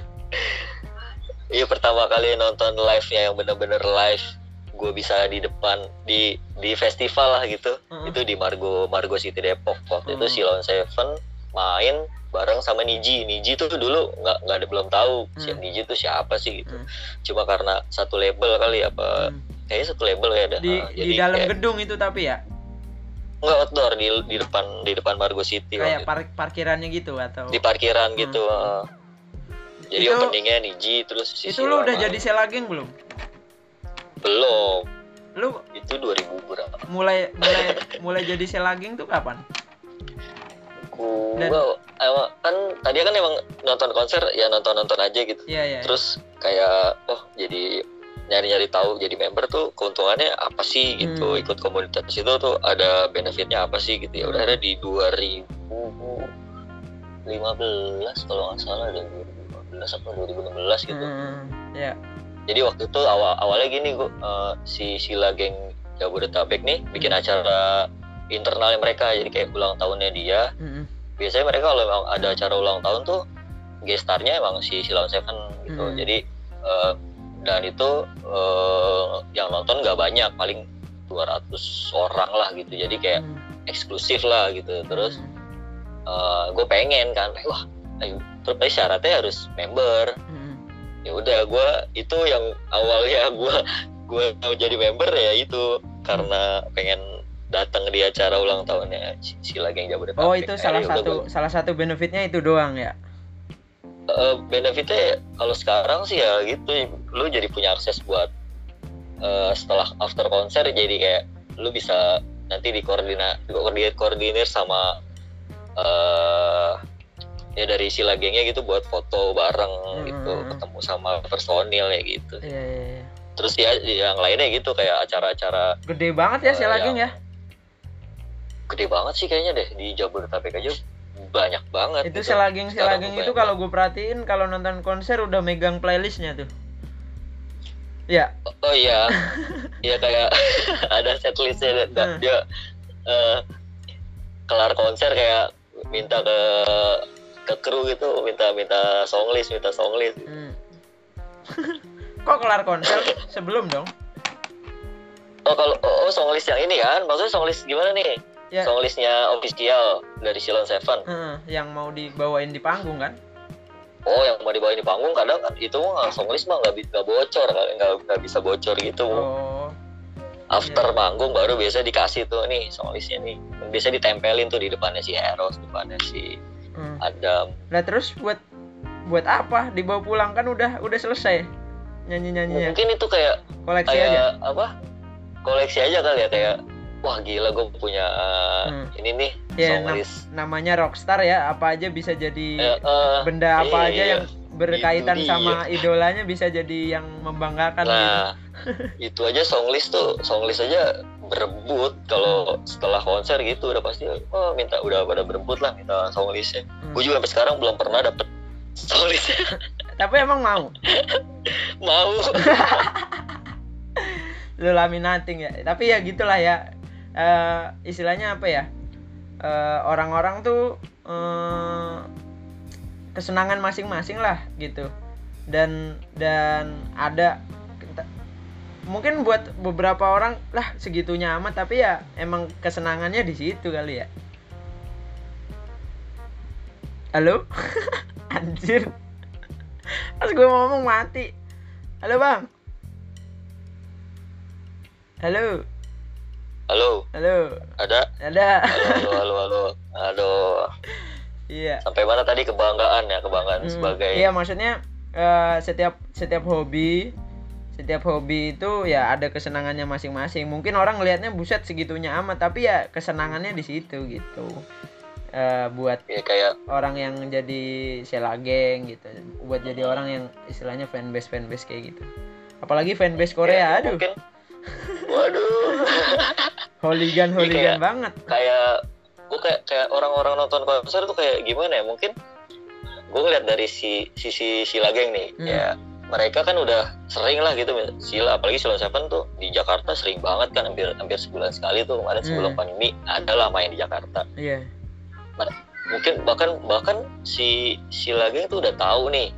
Iya, pertama kali nonton live-nya yang bener-bener live. Gue bisa di depan di festival lah gitu. Itu di Margo City Depok. Waktu itu Silon Seven main bareng sama Niji tuh dulu nggak ada, belum tahu si Niji tuh siapa sih gitu. Cuma karena satu label kali apa, kayaknya satu label ya ada. Di dalam gedung itu tapi ya nggak, outdoor di depan Margo City. Kayak parkirannya gitu atau di parkiran gitu. Jadi itu, openingnya Niji terus itu lu udah jadi selageng belum? Belum. Lu itu 2000 berapa? Mulai jadi selageng tuh kapan? Kan tadi kan emang nonton konser ya nonton aja gitu. Iya. Terus kayak jadi nyari tahu jadi member tuh keuntungannya apa sih gitu. Ikut komunitas itu tuh ada benefitnya apa sih gitu. Ya udah, ada di 2015 kalau nggak salah, ada 2015 atau 2016 gitu. Iya. Jadi waktu itu awalnya gini, si Sheila Geng Jabodetabek nih bikin acara internalnya mereka, jadi kayak ulang tahunnya dia. Biasanya mereka kalau memang ada acara ulang tahun tuh gestarnya emang si Silon Seven gitu. Jadi dan itu yang nonton nggak banyak, paling 200 orang lah gitu. Jadi kayak eksklusif lah gitu. Terus gue pengen kan, wah, terus syaratnya harus member. Ya udah, gue itu yang awalnya gue mau jadi member ya itu karena pengen datang di acara ulang tahunnya Sheila Geng Jabodetabek. Oh, itu salah satu benefitnya itu doang ya? Benefitnya kalau sekarang sih ya gitu, lu jadi punya akses buat setelah after konser, jadi kayak lu bisa nanti dikoordinir sama ya dari Sila gengnya gitu buat foto bareng gitu, ketemu sama personil ya gitu. Iya. Terus ya yang lainnya gitu kayak acara-acara gede banget ya Sila geng ya. Gede banget sih kayaknya deh di Jabodetabek aja banyak banget. Itu gitu. Sila geng itu kalau gue perhatiin kalau nonton konser udah megang playlistnya tuh. Ya. Oh iya. Iya kayak ada setlistnya dia kelar konser kayak minta ke kru gitu, minta songlist. Kok kelar konser sebelum dong? Oh kalau songlist yang ini kan, maksudnya songlist gimana nih? Ya. Songlistnya official dari Silon Seven. Yang mau dibawain di panggung kan? Oh, yang mau dibawain di panggung kadang kan itu mah songlist mah nggak bocor, nggak bisa bocor gitu. Oh. After panggung baru biasa dikasih tuh nih songlistnya nih. Biasa ditempelin tuh di depannya si Eros, depannya si Adam. Nah terus buat apa? Dibawa pulang kan udah selesai nyanyi-nyanyinya. Mungkin itu kayak koleksi aja. Koleksi aja kali ya, kayak wah gila gue punya ini nih songlist. Namanya rockstar ya, apa aja bisa jadi benda apa aja yang berkaitan gitu sama idolanya bisa jadi yang membanggakan. Nah gitu. Itu aja songlist aja berebut kalau setelah konser gitu udah pasti udah pada berebut lah minta songlistnya. Gue juga sampai sekarang belum pernah dapet songlistnya. Tapi emang mau lu laminating ya, tapi ya gitulah ya. Istilahnya apa ya, orang-orang tuh kesenangan masing-masing lah gitu, dan ada mungkin buat beberapa orang lah segitunya amat, tapi ya emang kesenangannya di situ kali ya. Halo. Anjir, pas gue ngomong mati. Halo bang. Halo. Ada. Halo. Aduh. Iya. Sampai mana tadi kebanggaan sebagai. Iya, maksudnya setiap hobi itu ya ada kesenangannya masing-masing. Mungkin orang ngelihatnya buset segitunya amat, tapi ya kesenangannya di situ gitu. Buat ya, kayak orang yang jadi Sila geng gitu. Buat jadi orang yang istilahnya fanbase kayak gitu. Apalagi fanbase Korea, aduh. Mungkin. Waduh. Hooligan banget. Kayak gue kayak orang-orang nonton konser tuh kayak gimana ya? Mungkin gue ngeliat dari sisi Sila geng nih. Ya mereka kan udah sering lah gitu Sila, apalagi Silon Seven tuh di Jakarta sering banget kan, hampir sebulan sekali tuh kemarin sebelum pandemi adalah main di Jakarta. Iya. Mungkin bahkan si Sila geng tuh udah tahu nih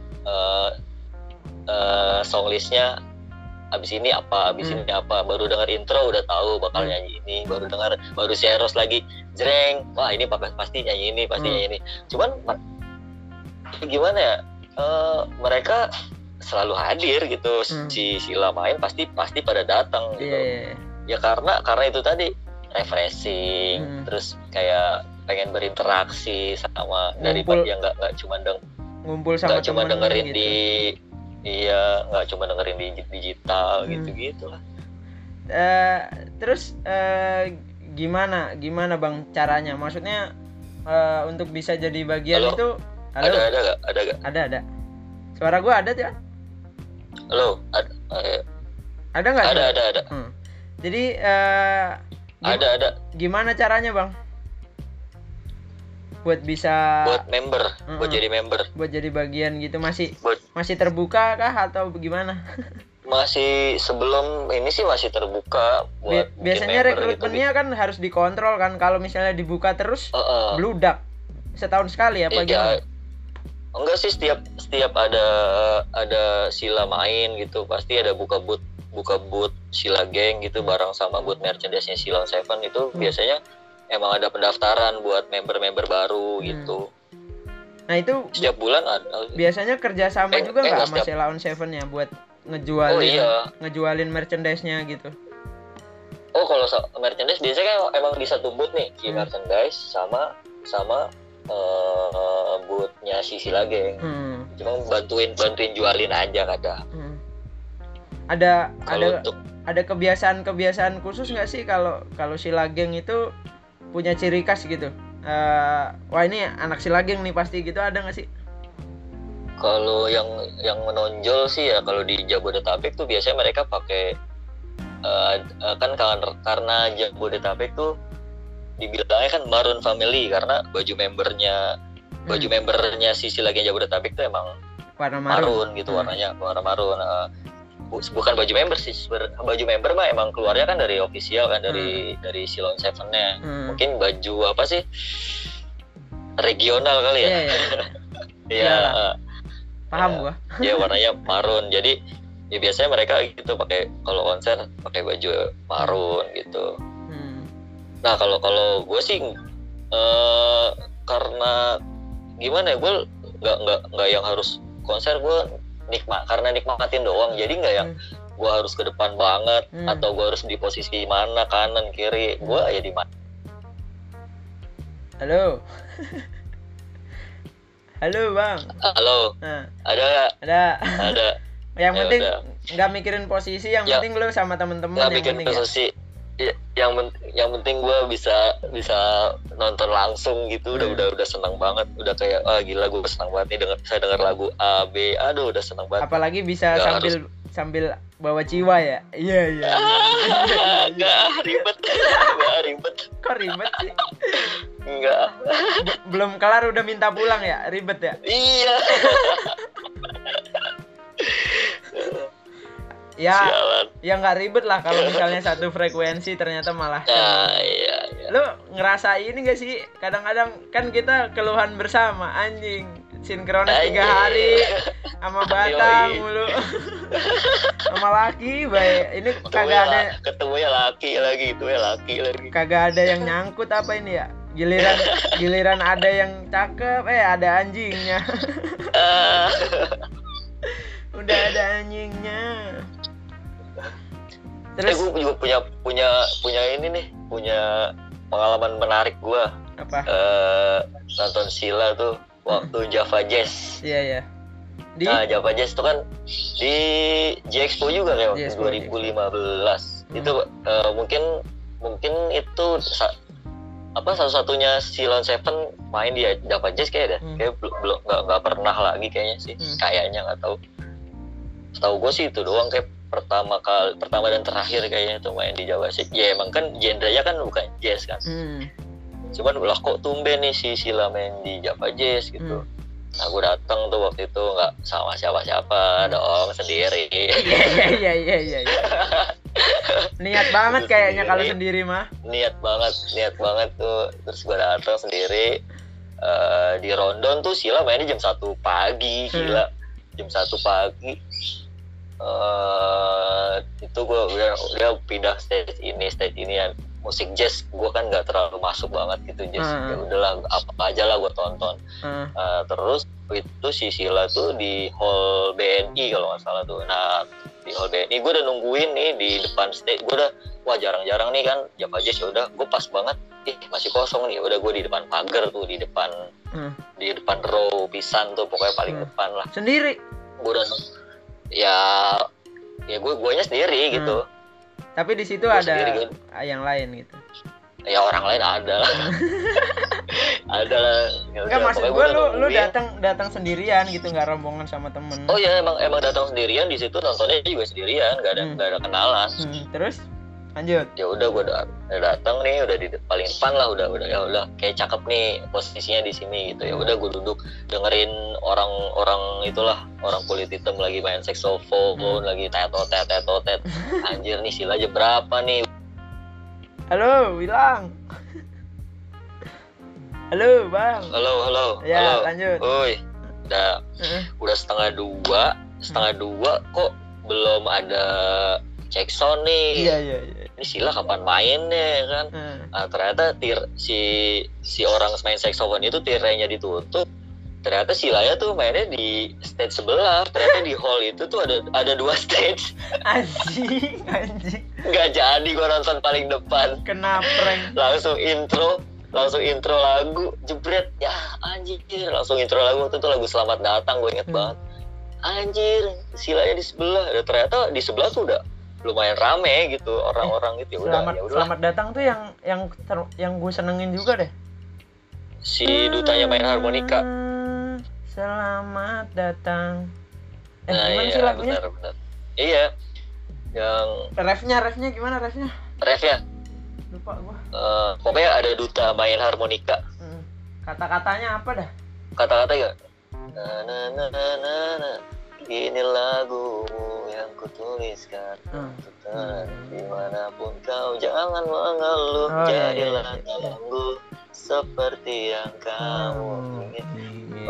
songlistnya abis ini apa, baru dengar intro udah tahu bakal nyanyi ini, baru si Eros lagi jreng, wah ini pasti nyanyi ini, nyanyi ini. Cuman gimana ya, mereka selalu hadir gitu. Si Sila main pasti pada datang gitu. Ya karena itu tadi refreshing, terus kayak pengen berinteraksi sama daripada yang nggak cuma ngumpul sama cuma dengerin gitu. Nggak cuma dengerin di digital gitu lah. Terus gimana bang caranya? Maksudnya untuk bisa jadi bagian halo? Itu. Halo? Ada gak? Ada. Suara gue ada tuh? Halo? Ada nggak? Ada. Jadi ada. Gimana caranya bang? Buat bisa member, buat jadi member, buat jadi bagian gitu, masih terbuka kah atau bagaimana? Masih sebelum ini sih masih terbuka buat biasanya rekrutmennya gitu. Kan harus dikontrol kan, kalau misalnya dibuka terus bludak setahun sekali apa gimana? Enggak sih, setiap ada Sila main gitu pasti ada buka booth Sila geng gitu bareng sama booth merchandise-nya Silon Seven itu biasanya emang ada pendaftaran buat member baru gitu. Nah itu setiap bulan ada. Biasanya kerjasama juga nggak sama Silon Seven ya buat ngejualin merchandise-nya gitu? Oh kalau merchandise biasanya kan emang di satu booth nih si merchandise sama booth-nya si Sila geng. Cuma bantuin jualin aja kadang. Ada ada kebiasaan khusus nggak sih kalau Sila Geng itu punya ciri khas gitu? Wah ini anak Sila Geng nih pasti gitu, ada nggak sih? Kalau yang menonjol sih ya kalau di Jabodetabek tuh biasanya mereka pakai kan karena Jabodetabek tuh dibilangnya kan Maroon Family karena baju membernya si Sila Geng Jabodetabek tuh emang warna maroon gitu, warnanya warna maroon. Bukan baju member sih, baju member mah emang keluarnya kan dari official kan, dari Silon Seven-nya. Mungkin baju apa sih regional kali ya. Iya. Paham gua. Ya warnanya maroon. Jadi ya biasanya mereka gitu pakai kalau konser pakai baju maroon gitu. Nah kalau gue sih karena gimana ya, gue nggak yang harus konser, gue nikmatin doang, jadi nggak yang gue harus ke depan banget atau gue harus di posisi mana, kanan kiri, gue ya di mana. Halo bang. Halo. Ada. Yang penting nggak mikirin posisi, yang penting lu sama temen-temen. Nggak mikirin posisi ya. Yang penting gue bisa nonton langsung gitu, udah senang banget, udah kayak gila gue senang banget nih saya denger lagu A B, aduh udah senang banget. Apalagi bisa sambil bawa jiwa ya. Iya. Nggak ribet. Kok ribet sih? Enggak. Belum kelar udah minta pulang ya, ribet ya? Iya. Ya nggak ribet lah kalau misalnya satu frekuensi ternyata malah. Iya. Lu ngerasa ini nggak sih? Kadang-kadang kan kita keluhan bersama, anjing sinkronis 3 hari sama Batam mulu. Sama laki baik. Ini kagak ada. Ketemunya laki lagi. Kagak ada yang nyangkut apa ini ya? Giliran ada yang cakep, ada anjingnya. Udah ada anjingnya. Terus gue juga punya ini nih, punya pengalaman menarik gue. Apa? Nonton Sila tuh waktu Java Jazz. Iya. Java Jazz itu kan di J-Expo juga kayak waktu 2015. Itu mungkin itu satu-satunya Silon Seven main di Java Jazz kayak kayak belum nggak pernah lagi kayaknya sih. Kayaknya nggak tahu. Setahu gue sih itu doang, kayak pertama dan terakhir kayaknya tuh main di Java Jazz. Ya emang kan genrenya kan bukan jazz kan. Cuman lah kok tumben nih si Sila main di Java Jazz gitu. Nah gue datang tuh waktu itu nggak sama siapa-siapa dong, sendiri. Iya. Niat banget kayaknya kalau sendiri mah. Niat banget tuh. Terus gue datang sendiri di Rondon tuh Sila mainnya jam 1 pagi, gila. Jam 1 pagi. Itu gue udah pindah stage ini yang musik jazz gue kan nggak terlalu masuk banget gitu jazz. Ya udahlah apa aja lah gue tonton. Terus itu si Sila tuh di hall BNI kalau nggak salah tuh. Nah di hall BNI gue udah nungguin nih di depan stage. Gue udah jarang-jarang nih kan Java Jazz, ya udah gue pas banget. Masih kosong nih, udah gue di depan pagar tuh, di depan row pisan tuh, pokoknya paling depan lah. Sendiri? Gue udah ya guanya sendiri gitu. Tapi di situ ada yang lain gitu. Ya orang lain ada lah. Ada lah. Enggak, maksud gue lu datang sendirian gitu, nggak rombongan sama temen. Oh ya emang datang sendirian, di situ nontonnya juga sendirian, nggak ada kenalan. Terus lanjut. Ya udah gue datang nih, udah di paling depan lah, udah ya udah kayak cakep nih posisinya di sini gitu. Ya udah gue duduk dengerin orang itulah, orang kulit hitam lagi main saxophone, lagi tetot. Anjir nih Sila aja berapa nih? Halo, bilang. Halo, Bang. Halo. Ya, lanjut. Woi. Udah setengah dua kok belum ada cek sound nih. Iya. Ini Sila kapan mainnya kan? Nah, ternyata si orang main saxophone itu tirainya ditutup. Ternyata Silanya tuh mainnya di stage sebelah. Ternyata di hall itu tuh ada 2 stage. Anjing. Nggak jadi gua nonton paling depan. Kena prank. Langsung intro lagu jebret. Ya anjir, langsung intro lagu itu lagu Selamat Datang, gue inget banget. Anjir, Silanya di sebelah. Ternyata di sebelah tuh lumayan rame gitu orang-orang gitu. Selamat datang tuh yang gue senengin juga deh. Si dutanya main harmonika. Selamat datang. Gimana sih lagunya? Benar. Iya. Yang refnya gimana refnya? Lupa gua. Pokoknya ada duta main harmonika. Kata-katanya apa dah? Kata-kata ya. Na ini lagumu yang kutuliskan. Dimanapun kau jangan mengeluh, jadilah tangguh seperti yang kamu ingin.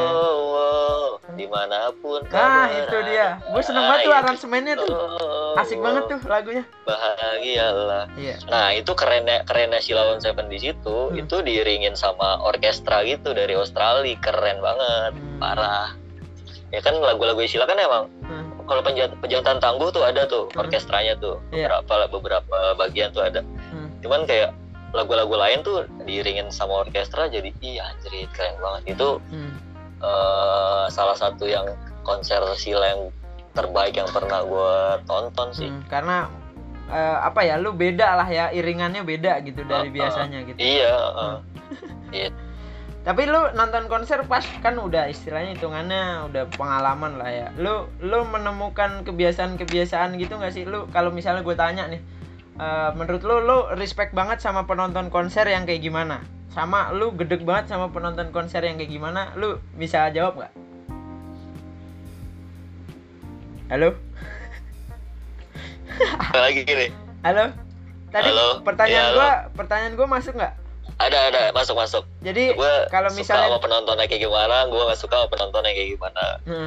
Dimanapun kau berada. Itu dia. Gue seneng banget tuh aransemennya tuh. Asik banget tuh lagunya. Bahagialah. Iya. Nah itu kerennya Sheila on 7 di situ. Itu diiringin sama orkestra gitu dari Australia. Keren banget, parah. Ya kan lagu-lagu Sheila kan emang kalau Pejantan Tangguh tuh ada tuh orkestranya tuh. Beberapa bagian tuh ada. Cuman kayak lagu-lagu lain tuh diiringin sama orkestra jadi anjir keren banget. Itu salah satu yang konser Sheila yang terbaik yang pernah gue tonton sih. Karena lu beda lah ya, iringannya beda gitu dari biasanya gitu. Iya. Tapi lu nonton konser pas kan udah istilahnya hitungannya udah pengalaman lah ya. Lu menemukan kebiasaan-kebiasaan gitu nggak sih? Lu kalau misalnya gue tanya nih, menurut lu respect banget sama penonton konser yang kayak gimana? Sama lu gedeg banget sama penonton konser yang kayak gimana? Lu bisa jawab nggak? Halo? Lagi gini. Halo? Tadi pertanyaan gua masuk nggak? Ada masuk. Jadi kalau misalnya suka sama penontonnya kayak gimana, gue nggak suka sama penontonnya kayak gimana.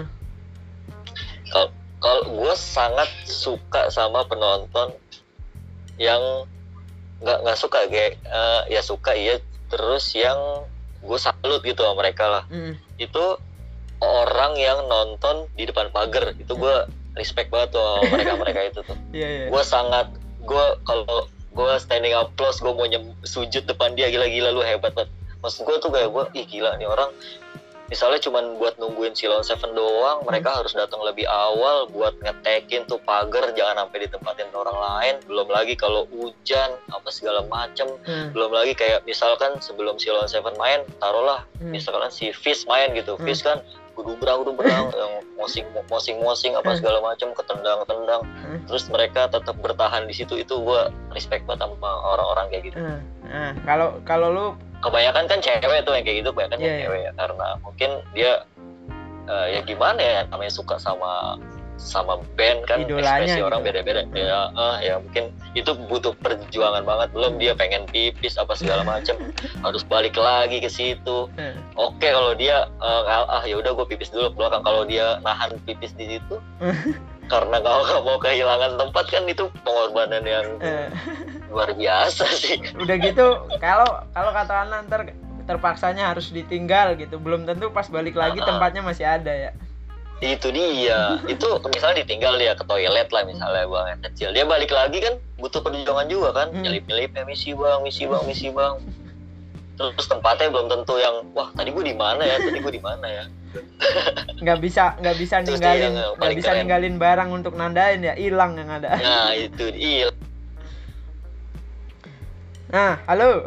Kalau gue sangat suka sama penonton yang nggak suka kayak ya suka iya, terus yang gue salut gitu sama mereka lah. Itu orang yang nonton di depan pagar, itu gue respect banget tuh sama mereka itu tuh. Gue kalau gue standing applause, gue mau sujud depan dia, gila lu hebat banget. Maksud gue tuh kayak gue gila nih orang, misalnya cuman buat nungguin Sheila on 7 doang, mereka harus datang lebih awal buat ngetekin tuh pagar, jangan sampai ditempatin orang lain. Belum lagi kalau hujan apa segala macem. Belum lagi kayak misalkan sebelum Sheila on 7 main, taruhlah misalkan si Fish main gitu. Fish kan gudubrang yang mosing apa segala macam, ketendang terus mereka tetap bertahan di situ. Itu gue respect banget sama orang-orang kayak gitu. Kalau lu kebanyakan kan cewek tuh yang kayak gitu, kebanyakan cewek ya, karena mungkin dia ya gimana ya, namanya suka sama band kan, idolanya ekspresi gitu. orang beda-beda. Ya mungkin itu butuh perjuangan banget. Belum dia pengen pipis apa segala macam harus balik lagi ke situ. Oke, kalau dia ya udah gue pipis dulu ke belakang. Kalau dia nahan pipis di situ karena nggak mau kehilangan tempat, kan itu pengorbanan yang luar biasa sih. Udah gitu kalau kata Ana ntar terpaksanya harus ditinggal gitu, belum tentu pas balik lagi tempatnya masih ada ya. Itu dia. Itu misalnya ditinggal dia ke toilet lah misalnya, bang kecil, dia balik lagi kan butuh perjuangan juga kan. Nyelip-nyelipnya misi bang. Terus tempatnya belum tentu yang wah tadi gue di mana ya. nggak bisa ninggalin barang untuk nandain ya, hilang yang ada. Nah itu dia. Nah halo.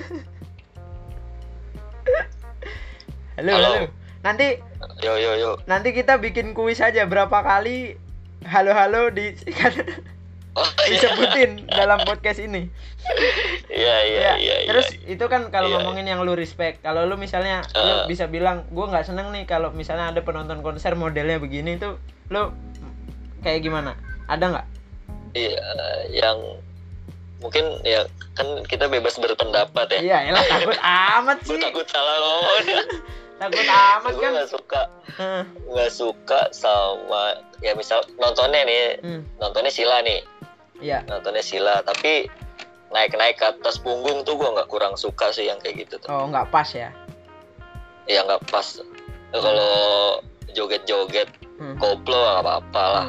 Halo. Nanti yo. Nanti kita bikin kuis aja berapa kali halo disebutin dalam podcast ini. Iya. Terus itu kan kalau ngomongin yang lu respect. Kalau lu misalnya lu bisa bilang gue nggak seneng nih kalau misalnya ada penonton konser modelnya begini, tuh lu kayak gimana? Ada nggak? Iya, yang mungkin ya kan kita bebas berpendapat ya. Iya, elah takut amat sih. Gue takut salah ngomong. Takut amat kan. Gue nggak suka sama ya misal nontonnya Sheila nih. Iya. Nontonnya Sheila, tapi naik ke atas punggung tuh gue nggak kurang suka sih yang kayak gitu tuh. Oh, nggak pas ya? Iya nggak pas. Kalau joget-joget koplo nggak apa-apa lah.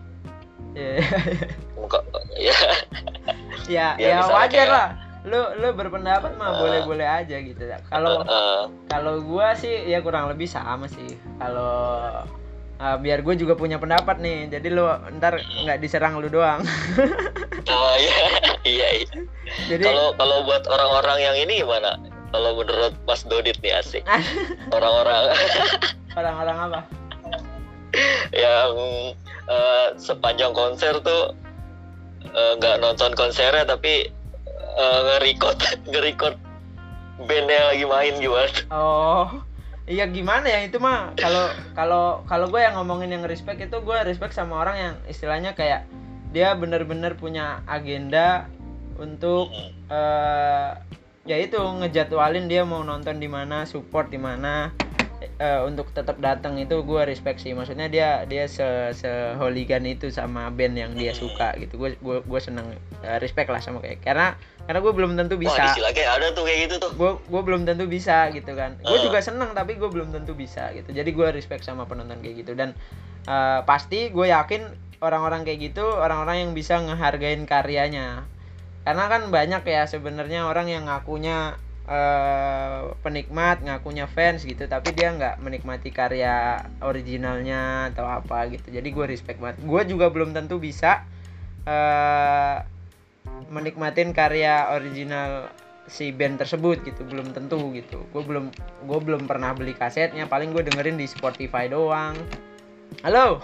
Ya wajar lah. Lu berpendapat mah boleh-boleh aja gitu ya. Kalau gua sih ya kurang lebih sama sih. biar gue juga punya pendapat nih. Jadi lu ntar nggak diserang lu doang. Oh iya. Jadi kalau buat orang-orang yang ini gimana? Kalau menurut Mas Dodit nih asik. Orang-orang apa? Yang sepanjang konser tuh nggak nonton konsernya tapi nge-record bandnya lagi main gimana? Oh, iya gimana ya itu mah kalau gue yang ngomongin yang respect itu gue respect sama orang yang istilahnya kayak dia bener-bener punya agenda untuk ya itu ngejadwalin dia mau nonton di mana, support di mana. Untuk tetap datang itu gue respect sih, maksudnya dia se-hooligan itu sama band yang dia suka gitu. Gue seneng, respect lah sama kayak karena gue belum tentu bisa. Wah, istilah kayak ada tuh kayak gitu tuh. Gue belum tentu bisa gitu kan. Gue juga seneng tapi gue belum tentu bisa gitu. Jadi gue respect sama penonton kayak gitu dan pasti gue yakin orang-orang kayak gitu orang-orang yang bisa ngehargain karyanya. Karena kan banyak ya sebenarnya orang yang ngakunya penikmat, ngakunya fans gitu tapi dia nggak menikmati karya originalnya atau apa gitu. Jadi gue respect banget. Gue juga belum tentu bisa menikmatin karya original si band tersebut gitu, belum tentu gitu. Gue belum pernah beli kasetnya, paling gue dengerin di Spotify doang. Halo.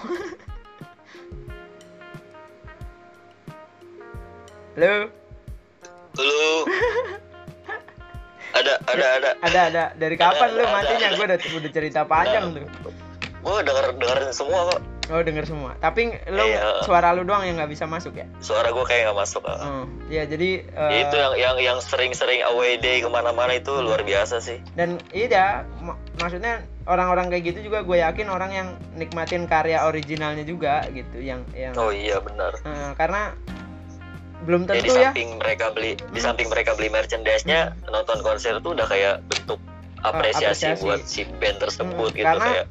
Ada. Dari kapan lu matinya? Gue udah cerita panjang tuh. Gue dengerin semua kok. Oh, denger semua. Tapi lu suara lu doang yang nggak bisa masuk ya? Suara gue kayak nggak masuk. Iya jadi. Itu yang sering away day kemana-mana itu luar biasa sih. Dan iya, maksudnya orang-orang kayak gitu juga gue yakin orang yang nikmatin karya originalnya juga gitu, yang. Oh iya benar. Karena belum tentu ya. Di samping mereka beli merchandise-nya, nonton konser tuh udah kayak bentuk apresiasi buat si band tersebut gitu. Kayak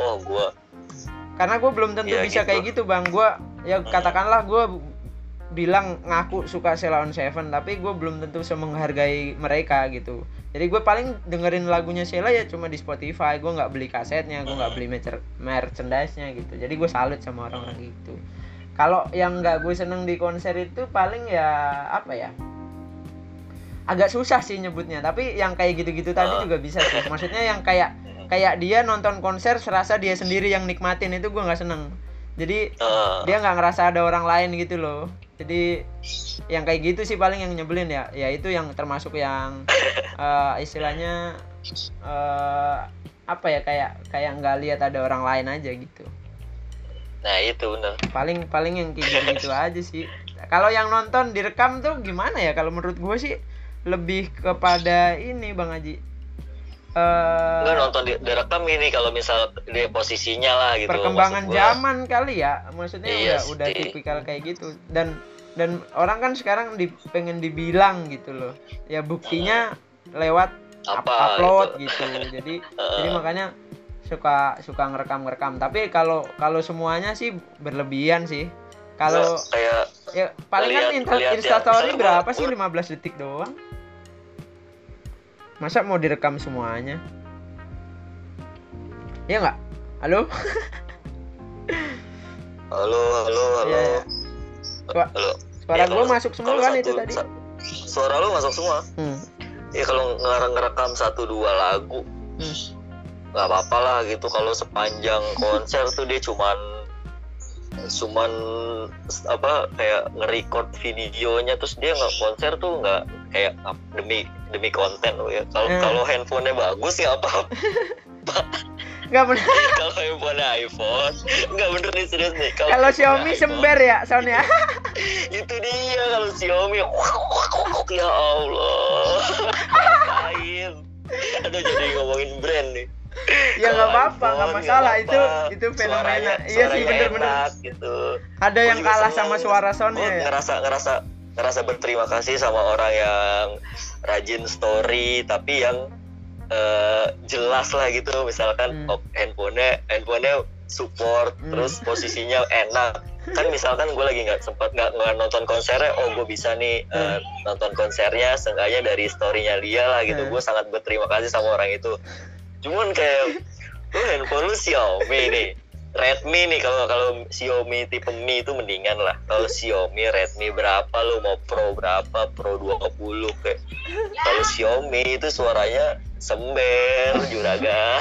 karena gue belum tentu bisa gitu. Kayak gitu bang. Gue ya katakanlah gue bilang ngaku suka Sheila on 7 tapi gue belum tentu menghargai mereka gitu. Jadi gue paling dengerin lagunya Sheila ya cuma di Spotify. Gue nggak beli kasetnya, gue nggak beli merchandise-nya gitu. Jadi gue salut sama orang-orang gitu. Kalau yang nggak gue seneng di konser itu paling ya apa ya, agak susah sih nyebutnya. Tapi yang kayak gitu-gitu tadi juga bisa sih. Maksudnya yang kayak dia nonton konser serasa dia sendiri yang nikmatin, itu gue nggak seneng. Jadi dia nggak ngerasa ada orang lain gitu loh. Jadi yang kayak gitu sih paling yang nyebelin ya. Ya itu yang termasuk yang istilahnya apa ya, kayak nggak lihat ada orang lain aja gitu. Nah itu benar. Paling yang kayak gitu aja sih. Kalau yang nonton direkam tuh gimana ya? Kalau menurut gue sih lebih kepada ini Bang Haji. Nggak nonton direkam ini kalau misal dia posisinya lah gitu. Perkembangan zaman kali ya. Maksudnya udah tipikal kayak gitu. Dan orang kan sekarang pengen dibilang gitu loh. Ya buktinya lewat upload gitu. Jadi makanya suka ngerekam. Tapi kalau semuanya sih berlebihan sih. Kalau ya paling kan Instastory berapa sih, 15 detik doang. Masa mau direkam semuanya? Iya nggak? Halo? Halo. Ya. Halo. Suara gue masuk semua kan itu tadi? Suara lu masuk semua. Ya kalau ngerekam 1-2 lagu. Nggak apa-apa lah gitu. Kalau sepanjang konser tuh dia cuman apa kayak nge-record videonya, terus dia nggak konser tuh nggak kayak demi konten loh ya. Kalau handphonenya bagus ya apa nggak bener. Kalau handphonenya iPhone nggak bener nih, serius nih. Kalau Xiaomi sember ya soundnya. Itu dia kalau Xiaomi. Ya Allah. Kain. Aduh, jadi ngomongin brand nih. Ya nggak apa-apa, nggak masalah. Itu fenomena. Iya sih, bener-bener gitu. Ada yang kalah sama suara soundnya ya. Ngerasa berterima kasih sama orang yang rajin story tapi yang jelas lah gitu. Misalkan handphonenya support, terus posisinya enak. Kan misalkan gue lagi nggak nonton konsernya, gue bisa nih nonton konsernya seenggaknya dari storynya dia lah gitu. Gue sangat berterima kasih sama orang itu. Cuman kayak lu handphone lu Xiaomi nih, Redmi nih, kalau Xiaomi tipe Mi itu mendingan lah. Kalau Xiaomi, Redmi berapa lu mau Pro berapa? Pro 20 kayak. Kalau Xiaomi itu suaranya sember, juragan.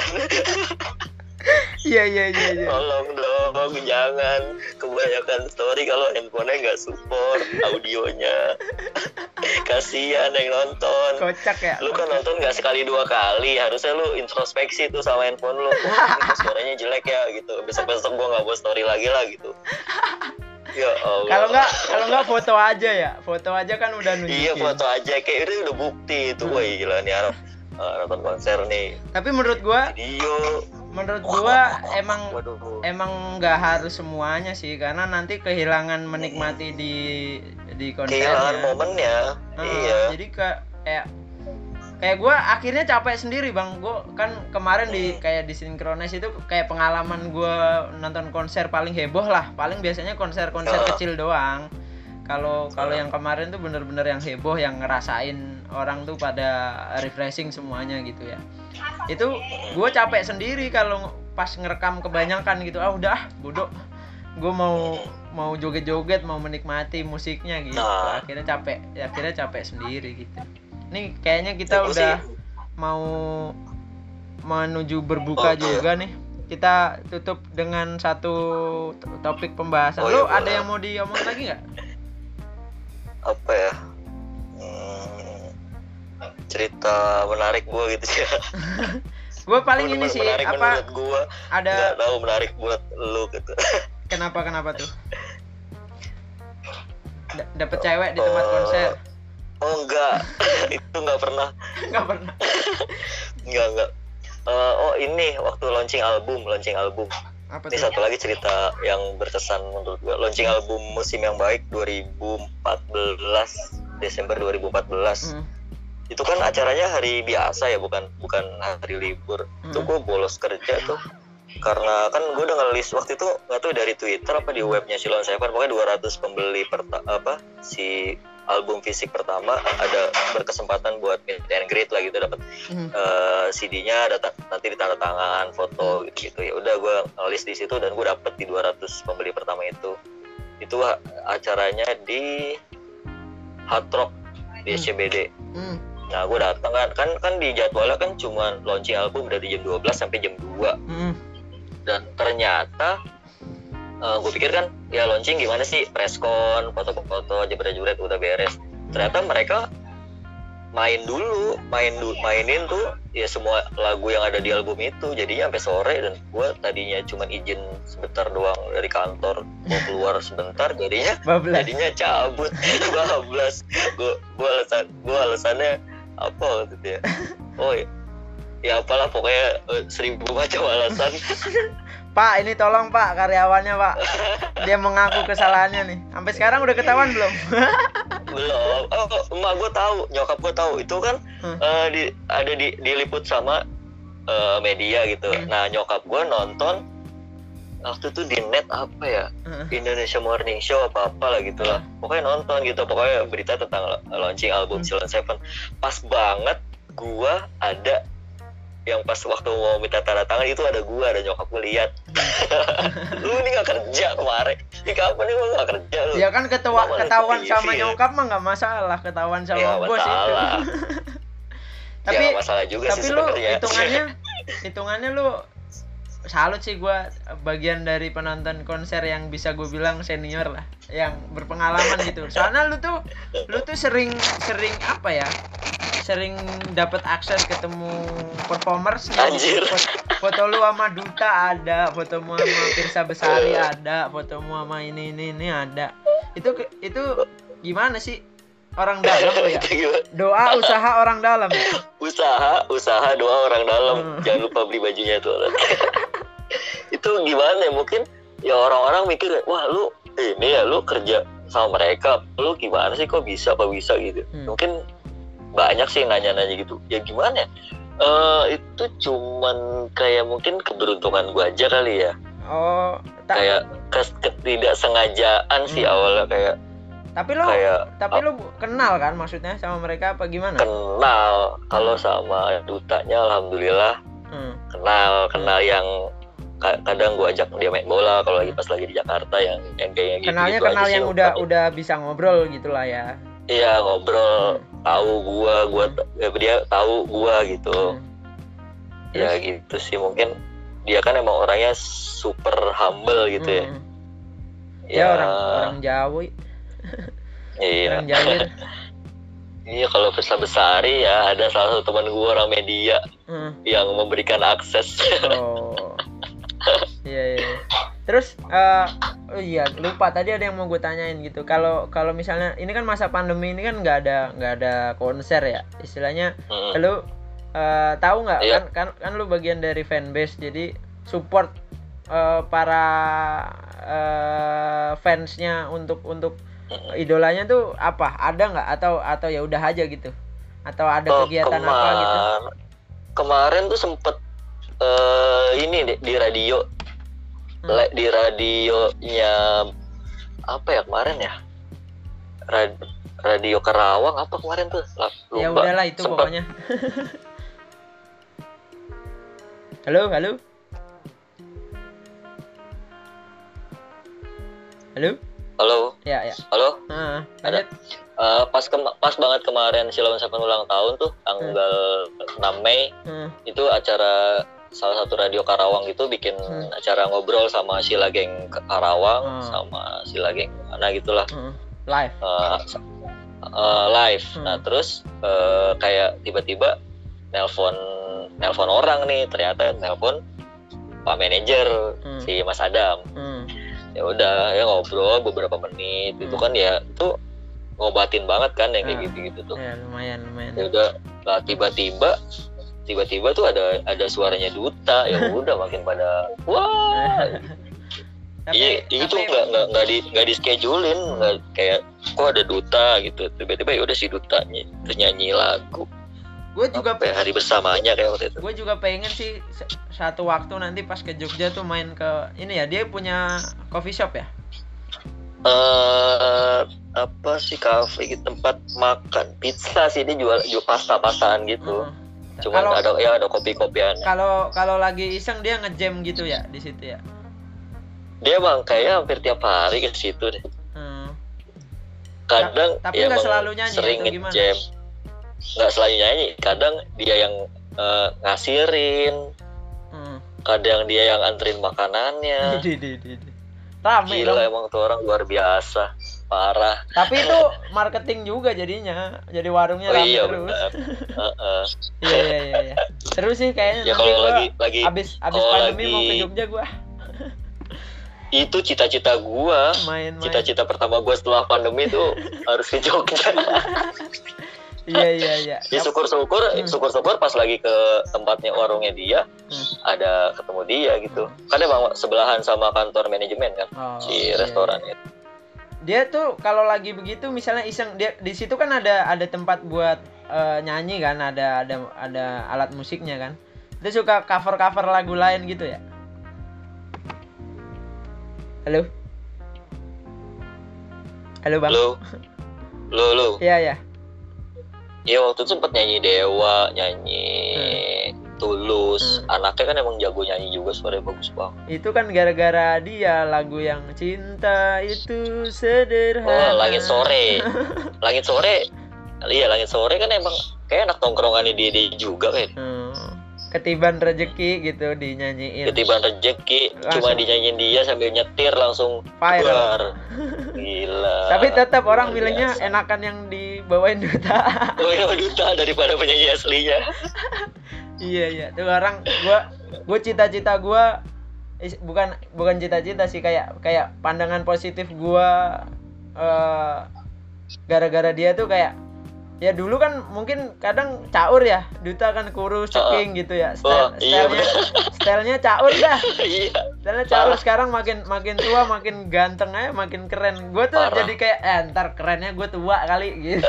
Iya. Tolong dong, jangan kebanyakan story kalau handphonenya nggak support audionya. Kasihan yang nonton. Kocak ya. Lu kan nonton nggak sekali 2 kali, harusnya lu introspeksi tuh sama handphone lu. Ini suaranya jelek ya gitu. Besok-besok gua nggak buat story lagi lah gitu. Ya Allah. Kalau nggak foto aja ya. Foto aja kan udah nunjukin. Iya, foto aja kayak itu udah bukti itu. Wah, gila nih Arab. Nonton konser nih. Tapi menurut gua Waduh. emang nggak harus semuanya sih, karena nanti kehilangan menikmati di konsernya. Kehilangan momennya. Iya. Jadi kayak gue akhirnya capek sendiri bang. Gue kan kemarin kayak di Synchronize itu kayak pengalaman gue nonton konser paling heboh lah. Paling biasanya konser kecil doang. Kalau yang kemarin tuh bener-bener yang heboh, yang ngerasain orang tuh pada refreshing semuanya gitu ya. Itu gue capek sendiri kalau pas ngerekam kebanyakan gitu. Udah bodoh. Gue mau joget-joget, mau menikmati musiknya gitu. Akhirnya capek sendiri gitu. Nih kayaknya kita udah mau menuju berbuka juga nih. Kita tutup dengan satu topik pembahasan. Lo ada yang mau diomongin lagi nggak? Apa ya? Cerita menarik gue gitu ya. Gue paling ini sih menurut gue ada nggak tahu menarik buat lu gitu. Kenapa tuh? Dapet cewek di tempat konser? Oh enggak, itu nggak pernah. Enggak. Ini waktu launching album. Apa ini tuh? satu lagi cerita yang berkesan menurut gue. Launching album Musim Yang Baik 2014, Desember 2014. Itu kan acaranya hari biasa ya, bukan hari libur. Itu gue bolos kerja tuh karena kan gue udah ngelis waktu itu, nggak tahu dari Twitter apa di webnya Silon Seven, pokoknya 200 pembeli si album fisik pertama ada berkesempatan buat meet and greet lah gitu, dapat CD-nya nanti ditanda tangan, foto gitu. Ya udah gue ngelis di situ dan gue dapet di 200 pembeli pertama itu acaranya di Hard Rock di SCBD. Nah gue datang kan di jadwalnya kan cuma launching album dari jam 12 sampai jam 2. Dan ternyata gue pikir kan ya launching gimana sih, preskon, foto-foto, jebret-jebret udah beres. Ternyata mereka mainin tuh ya semua lagu yang ada di album itu, jadinya sampai sore. Dan gue tadinya cuma izin sebentar doang dari kantor, mau keluar sebentar, jadinya cabut. bablas. Gue alasannya apa gitu ya? Ya apalah, pokoknya 1000 macam alasan. Pak, ini tolong Pak, karyawannya Pak. Dia mengaku kesalahannya nih. Sampai sekarang udah ketahuan belum? Belum. Emak gue tahu, nyokap gue tahu. Itu kan ada diliput sama media gitu. Nah, nyokap gue nonton waktu itu di net apa ya? Indonesia Morning Show apa lah gitu lah. Pokoknya nonton gitu. Pokoknya berita tentang launching album Silon Seven. Pas banget gue ada yang pas waktu mau minta tanda tangan itu ada nyokap gue lihat. Lu ini nggak kerja kemarin, ini kapan nih lu nggak kerja lu? Ya kan ketahuan sama nyokap mah nggak masalah, ketahuan sama bos itu. Tapi ya, masalah juga tapi sih lu sebenarnya. hitungannya lu salut sih gue, bagian dari penonton konser yang bisa gue bilang senior lah, yang berpengalaman gitu. Soalnya lu tuh sering apa ya? Sering dapat akses ketemu performers. Anjir. Foto lu sama Duta ada, fotomu sama Pirsa Besari ada, fotomu sama ini ada. Itu gimana sih? Orang dalam lo ya? Doa usaha orang dalam ya? Usaha doa orang dalam. Jangan lupa beli bajunya tuh. Itu gimana ya? Mungkin ya orang-orang mikir, wah lu ini ya lu kerja sama mereka, lu gimana sih kok bisa gitu. Mungkin banyak sih nanya-nanya gitu. Ya gimana ya? Itu cuman kayak mungkin keberuntungan gua aja kali ya. Kayak ketidaksengajaan sih awalnya kayak. Tapi lu kenal kan maksudnya sama mereka apa gimana? Kenal. Kalau sama Dutanya alhamdulillah kenal yang kadang gue ajak dia main bola kalau lagi pas lagi di Jakarta yang kayak gitu. Kenal yang udah bisa ngobrol gitulah ya. Iya, ngobrol, tahu dia tahu gue gitu. Ya gitu sih, mungkin dia kan emang orangnya super humble gitu ya. Ya orang Jawa. Iya. Orang Jawa. Iya, kalau Besari ya ada salah satu teman gue orang media yang memberikan akses. Oh. Iya. Terus lupa tadi ada yang mau gue tanyain gitu. Kalau misalnya ini kan masa pandemi ini kan nggak ada konser ya. Istilahnya lu tahu nggak kan lu bagian dari fanbase, jadi support para fansnya untuk idolanya tuh apa? Ada nggak atau ya udah aja gitu? Atau ada kegiatan apa gitu? Kemarin tuh sempet ini di radio. Di radionya apa ya kemarin ya? Radio Karawang apa kemarin tuh? Lupa. Ya udahlah itu pokoknya. Halo. Ya. Halo. Lanjut. Pas banget kemarin Sheila on 7 ulang tahun tuh tanggal 6 Mei. Itu acara salah satu radio Karawang gitu bikin acara ngobrol sama Sheila Geng Karawang sama Sheila Geng mana gitulah. Live. Live. Nah, terus kayak tiba-tiba nelpon orang nih, ternyata nelpon Pak Manajer si Mas Adam. Ya udah ya ngobrol beberapa menit itu kan ya itu ngobatin banget kan yang kayak gitu tuh. Ya lumayan. Ya udah lah tiba-tiba tuh ada suaranya Duta, ya udah makin pada wah. Iya itu nggak di schedulein, nggak kayak kok ada Duta gitu, tiba-tiba ya udah si Duta nyanyi lagu. Gue juga hari bersamanya kayak waktu itu. Gue juga pengen sih satu waktu nanti pas ke Jogja tuh main ke ini ya, dia punya coffee shop ya? Apa sih kafe gitu, tempat makan pizza sih, dia jual pasta-pastaan gitu. Cuman ada kopi-kopian. Kalau lagi iseng dia ngejam gitu ya di situ ya? Dia emang kayak hampir tiap hari ke situ deh. Kadang tapi nggak selalu nyanyi sering atau gimana? Ngejam. Nggak selalu nyanyi, kadang dia yang ngasirin, kadang dia yang anterin makanannya. Rame gila dong. Emang tuh orang luar biasa, parah. Tapi itu marketing juga jadinya, jadi warungnya rame terus. Iya. Terus sih kayaknya ya, nanti lagi abis pandemi mau ke Jogja gua. Itu cita-cita gua. Main. Cita-cita pertama gua setelah pandemi tuh harus ke Jogja. Iya. Ya syukur pas lagi ke tempatnya warungnya dia, ada ketemu dia gitu. Kan emang sebelahan sama kantor manajemen kan, restoran itu. Dia tuh kalau lagi begitu misalnya iseng, dia di situ kan ada tempat buat nyanyi kan, ada alat musiknya kan. Dia suka cover lagu lain gitu ya. Halo Bang. Halo. Iya. Iya, waktu itu sempet nyanyi Dewa, nyanyi Tulus. Anaknya kan emang jago nyanyi juga, suaranya bagus banget. Itu kan gara-gara dia lagu yang Cinta Itu Sederhana. Langit Sore. Iya, Langit Sore kan emang kayak anak tongkrongannya dia juga kan. Ketiban Rezeki gitu dinyanyiin. Ketiban Rezeki cuma dinyanyiin dia sambil nyetir langsung viral. Gila. Tapi tetap orang milihnya enakan yang dibawain Duta. Duta daripada penyanyi aslinya. Iya. Tuh orang gua cita-cita gua bukan cita-cita sih, kayak pandangan positif gua gara-gara dia tuh kayak ya dulu kan mungkin kadang caur ya, Duta kan kurus ceking gitu ya, stylenya caur dah. Stylenya caur. Sekarang makin tua makin ganteng aja, makin keren. Gue tuh jadi kayak ntar kerennya gue tua kali gitu.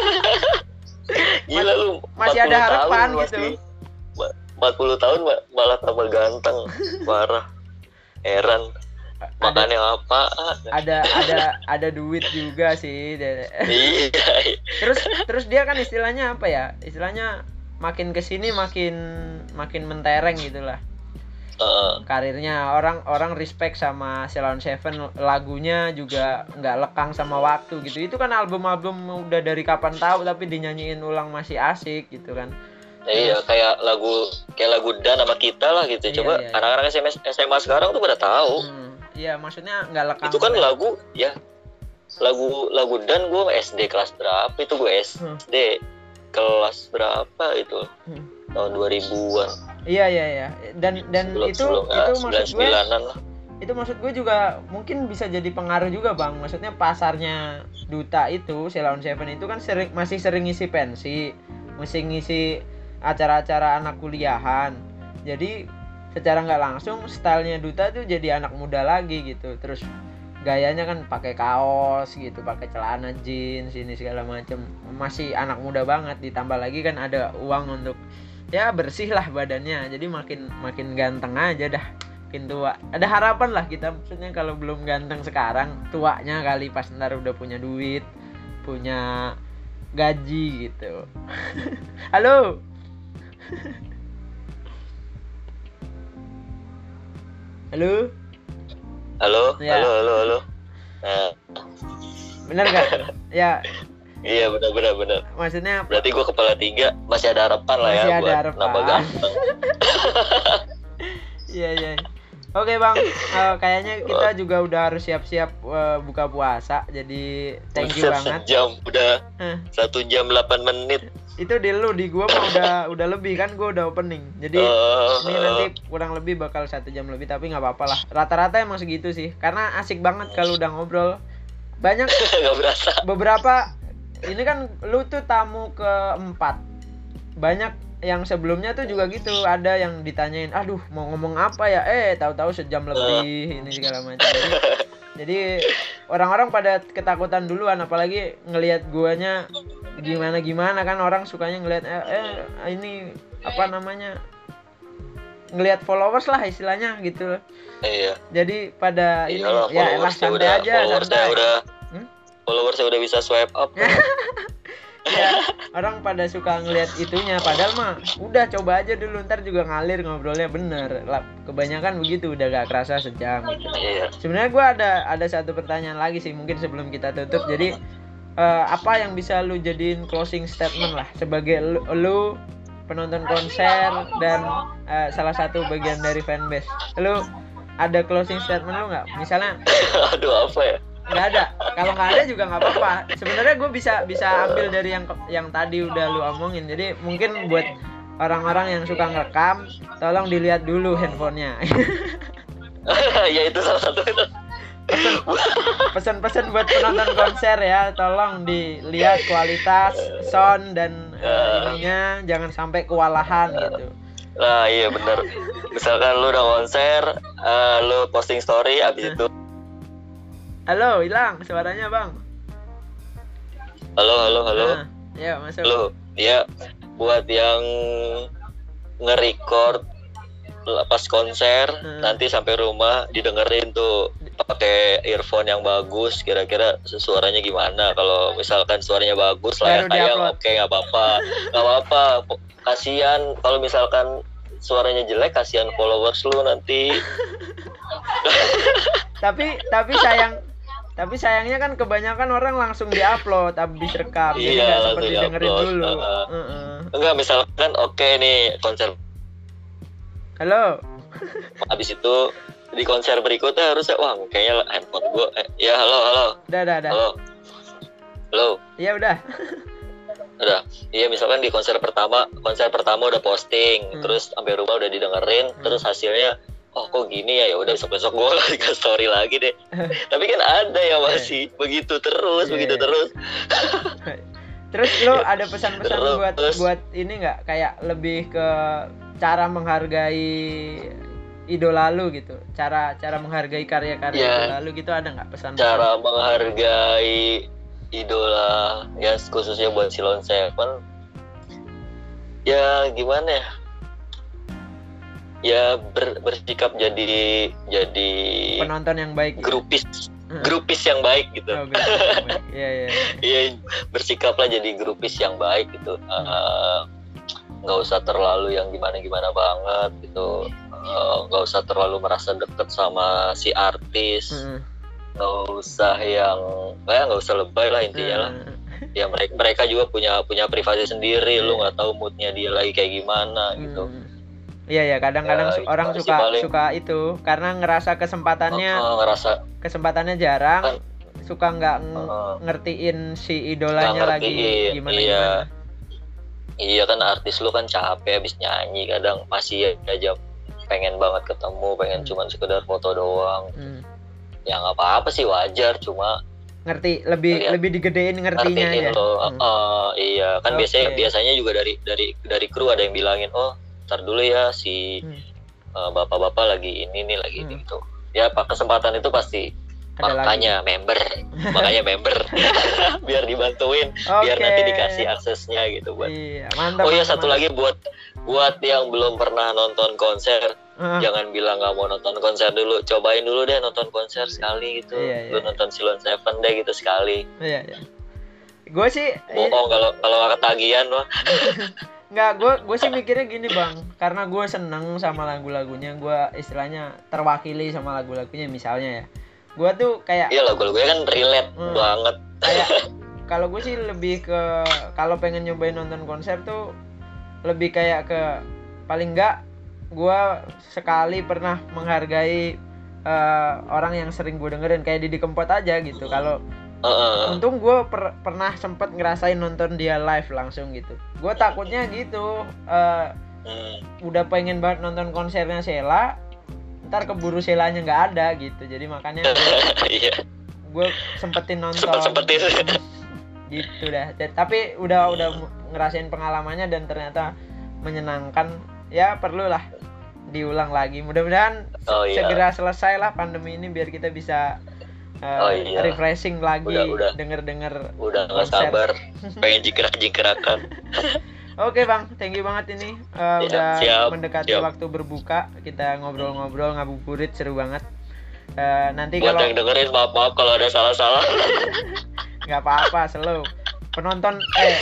Gila lu, masih ada harapan gitu. 40 tahun malah tambah ganteng, parah. Heran. Makannya apa? Ada duit juga sih. Iya. Terus dia kan istilahnya apa ya? Istilahnya makin kesini makin mentereng gitulah. karirnya. Orang respect sama Sheila on 7, lagunya juga nggak lekang sama waktu gitu. Itu kan album-album udah dari kapan tahu tapi dinyanyiin ulang masih asik gitu kan. Iya, kayak lagu Dan sama Kita lah gitu. Coba anak-anak SMA sekarang tuh pada tahu. Iya, maksudnya nggak lekang. Itu kan lagu Dan gue SD kelas berapa itu, gue SD kelas berapa itu, tahun 2000-an. Iya. Dan itu maksud gue lah. Itu maksud gue juga mungkin bisa jadi pengaruh juga, Bang. Maksudnya pasarnya Duta itu, Sheila on 7 itu kan masih sering ngisi pensi, masih ngisi acara-acara anak kuliahan. Jadi secara nggak langsung stylenya Duta tuh jadi anak muda lagi gitu. Terus gayanya kan pakai kaos gitu, pakai celana jeans ini segala macem, masih anak muda banget. Ditambah lagi kan ada uang untuk ya bersih lah badannya, jadi makin ganteng aja dah, makin tua. Ada harapan lah kita, maksudnya kalau belum ganteng sekarang, tuanya kali pas ntar udah punya duit, punya gaji gitu. Halo. Halo. Ya. Halo. Nah. Bener gak? Ya. Iya benar. Maksudnya berarti gue kepala 3 masih ada harapan lah ya buat nambah ganteng. Iya. Oke Bang, kayaknya kita juga udah harus siap-siap buka puasa. Jadi thank you banget. Sejam udah 1 jam 8 menit. Itu di gua mah udah lebih kan, gua udah opening. Jadi ini nanti kurang lebih bakal 1 jam lebih, tapi nggak apa-apa lah. Rata-rata emang segitu sih, karena asik banget kalau udah ngobrol. Banyak beberapa ini kan lu tuh tamu keempat. Banyak yang sebelumnya tuh juga gitu, ada yang ditanyain, aduh mau ngomong apa ya, tahu-tahu sejam lebih ini segala macam. Jadi orang-orang pada ketakutan duluan, apalagi ngelihat guanya gimana kan, orang sukanya ngelihat ini apa namanya, ngelihat followers lah istilahnya gitu. Iya. Jadi pada ini ya elah santai aja, santai. Followersnya udah bisa swipe up. Ya, orang pada suka ngelihat itunya, padahal mah udah coba aja dulu, ntar juga ngalir ngobrolnya bener. Kebanyakan begitu, udah gak kerasa sejam gitu. Iya. Sebenarnya gue ada satu pertanyaan lagi sih, mungkin sebelum kita tutup. Jadi apa yang bisa lu jadiin closing statement lah sebagai lu penonton konser dan salah satu bagian dari fanbase. Lu ada closing statement lu nggak? Misalnya? Aduh, apa ya? Nggak ada. Kalau nggak ada juga nggak apa-apa. Sebenarnya gue bisa ambil dari yang tadi udah lu omongin. Jadi mungkin buat orang-orang yang suka ngerekam, tolong dilihat dulu handphonenya. Ya itu salah satu itu. Pesan-pesan buat penonton konser ya, tolong dilihat kualitas sound dan ininya, jangan sampai kewalahan gitu. Nah iya bener. Misalkan lu udah konser, lu posting story, abis itu halo, hilang suaranya Bang. Halo. Ya masuk. Halo, ya buat yang nge-record pas konser, nanti sampai rumah didengerin tuh pakai earphone yang bagus, kira-kira suaranya gimana. Kalau misalkan suaranya bagus layak tayang, oke, nggak apa-apa. Kasian kalau misalkan suaranya jelek, kasihan followers lu nanti. Tapi sayangnya kan kebanyakan orang langsung diupload habis rekam, jadi nggak sempat didengerin dulu. Enggak, misalkan oke nih konser. Halo. Habis itu di konser berikutnya harusnya kayaknya handphone gua ya halo. Udah. Halo. Iya udah. Iya misalkan di konser pertama udah posting, terus sampai rumah udah didengerin, terus hasilnya kok gini ya udah besok gua ngasih story lagi deh. Tapi kan ada ya masih begitu terus. Terus lo ada pesan-pesan buat ini nggak, kayak lebih ke cara menghargai idola lu gitu, cara menghargai karya-karya idola lu gitu, ada nggak pesan? Cara menghargai idola ya, khususnya buat Sheila on 7 ya gimana ya? Ya bersikap jadi penonton yang baik, grupis yang baik gitu. Iya, bersikaplah jadi grupis yang baik gitu. Nggak usah terlalu yang gimana banget gitu. nggak usah terlalu merasa deket sama si artis, nggak usah nggak usah lebay lah intinya lah. Ya mereka juga punya privasi sendiri, lu nggak tahu moodnya dia lagi kayak gimana gitu. Iya ya, kadang-kadang orang suka itu karena ngerasa kesempatannya jarang, suka nggak ngertiin si idolanya lagi gimana. Iya kan artis lu kan capek habis nyanyi, kadang masih aja pengen banget ketemu, pengen cuman sekedar foto doang. Ya nggak apa-apa sih, wajar, cuma ngerti lebih digedein ngertinya aja. Iya kan biasanya juga dari kru ada yang bilangin, oh ntar dulu ya si bapak-bapak lagi ini gitu. Ya kesempatan itu pasti makanya member biar dibantuin, biar nanti dikasih aksesnya gitu buat. Mantap, satu lagi buat yang belum pernah nonton konser, jangan bilang nggak mau nonton konser dulu, cobain dulu deh nonton konser sekali gitu. Lu nonton Silon Seven deh gitu sekali. Gue sih bohong kalau ketagihan mah. Nggak, gue sih mikirnya gini Bang, karena gue seneng sama lagu-lagunya, gue istilahnya terwakili sama lagu-lagunya. Misalnya ya, gue tuh kayak lagu-lagunya kan relate banget. Kayak kalau gue sih lebih ke kalau pengen nyobain nonton konser tuh lebih kayak ke paling enggak gue sekali pernah menghargai orang yang sering gue dengerin kayak Didi Kempot aja gitu. Kalau untung gue pernah sempet ngerasain nonton dia live langsung gitu. Gue takutnya gitu udah pengen banget nonton konsernya Sheila, ntar keburu Sheilanya nggak ada gitu. Jadi makanya gue sempetin nonton gitu dah. Tapi udah ngerasain pengalamannya dan ternyata menyenangkan. Ya perlulah diulang lagi. Mudah-mudahan segera selesai lah pandemi ini biar kita bisa refreshing lagi, denger udah nggak sabar pengen jingkrak-jingkrakan. Oke Bang, thank you banget ini udah mendekati waktu berbuka, kita ngobrol-ngobrol ngabuburit seru banget. Nanti buat yang dengerin maaf kalau ada salah-salah. Nggak apa-apa, slow. Penonton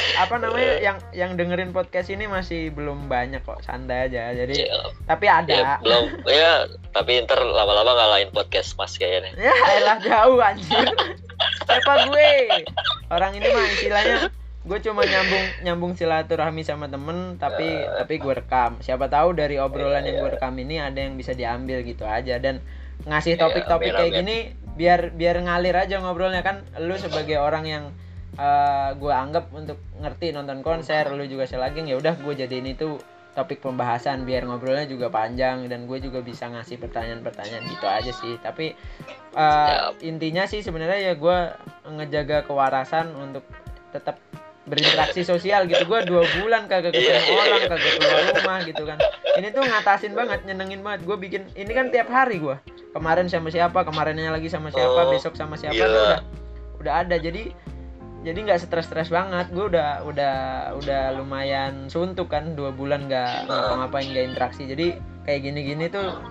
yang dengerin podcast ini masih belum banyak kok, santai aja. Jadi tapi ada. Belum tapi ntar lama-lama ngalahin podcast Mas kayaknya. Ya elah jauh anjir. Siapa gue? Orang ini mah istilahnya gue cuma nyambung silaturahmi sama temen, tapi gue rekam. Siapa tahu dari obrolan yang gue rekam ini ada yang bisa diambil gitu aja, dan ngasih topik-topik kayak gini biar ngalir aja ngobrolnya kan. Lu sebagai orang yang gue anggap untuk ngerti nonton konser, lu juga selaging, ya udah gue jadiin itu topik pembahasan biar ngobrolnya juga panjang dan gue juga bisa ngasih pertanyaan-pertanyaan gitu aja sih. Tapi intinya sih sebenarnya ya gue ngejaga kewarasan untuk tetap berinteraksi sosial gitu. Gue 2 bulan kagak ketemu orang, kagak keluar rumah gitu kan. Ini tuh ngatasin banget, nyenengin banget. Gue bikin ini kan tiap hari gue. Kemarin sama siapa, kemarinnya lagi sama siapa, besok sama siapa, udah ada. Jadi nggak stres banget. Gue udah lumayan suntuk kan, 2 bulan nggak ngapa-ngapain, nggak interaksi. Jadi kayak gini tuh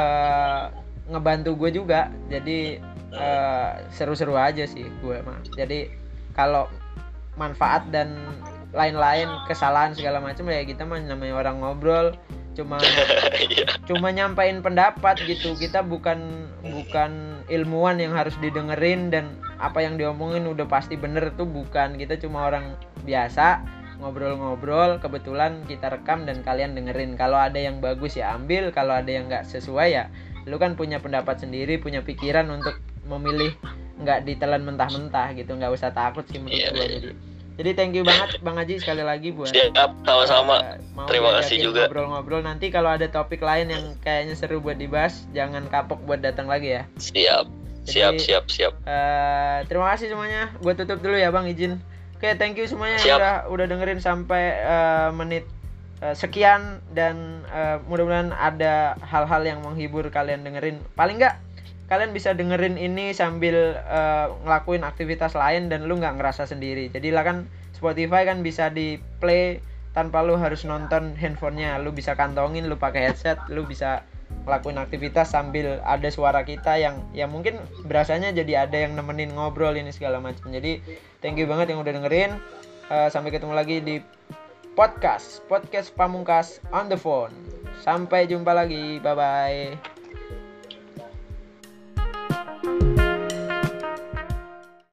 ngebantu gue juga. Jadi seru-seru aja sih gue mah. Jadi kalau manfaat dan lain-lain, kesalahan segala macam ya kita mah namanya orang ngobrol, cuma nyampain pendapat gitu. Kita bukan ilmuwan yang harus didengerin dan apa yang diomongin udah pasti bener tuh bukan. Kita cuma orang biasa ngobrol-ngobrol, kebetulan kita rekam dan kalian dengerin. Kalau ada yang bagus ya ambil, kalau ada yang nggak sesuai ya lu kan punya pendapat sendiri, punya pikiran untuk memilih, nggak ditelan mentah-mentah gitu. Nggak usah takut sih menurut gue. Jadi thank you banget Bang Haji sekali lagi buat sama-sama. Terima kasih juga ngobrol-ngobrol. Nanti kalau ada topik lain yang kayaknya seru buat dibahas, jangan kapok buat datang lagi ya. Siap. Terima kasih semuanya. Gue tutup dulu ya Bang, izin. Oke, thank you semuanya yang udah dengerin sampai menit sekian, dan mudah-mudahan ada hal-hal yang menghibur kalian dengerin. Paling enggak kalian bisa dengerin ini sambil ngelakuin aktivitas lain dan lu nggak ngerasa sendiri. Jadi lah kan Spotify kan bisa di play tanpa lu harus nonton handphonenya. Lu bisa kantongin, lu pakai headset, lu bisa ngelakuin aktivitas sambil ada suara kita yang ya mungkin berasanya jadi ada yang nemenin ngobrol ini segala macam. Jadi thank you banget yang udah dengerin. Sampai ketemu lagi di podcast Pamungkas on the phone. Sampai jumpa lagi, bye bye.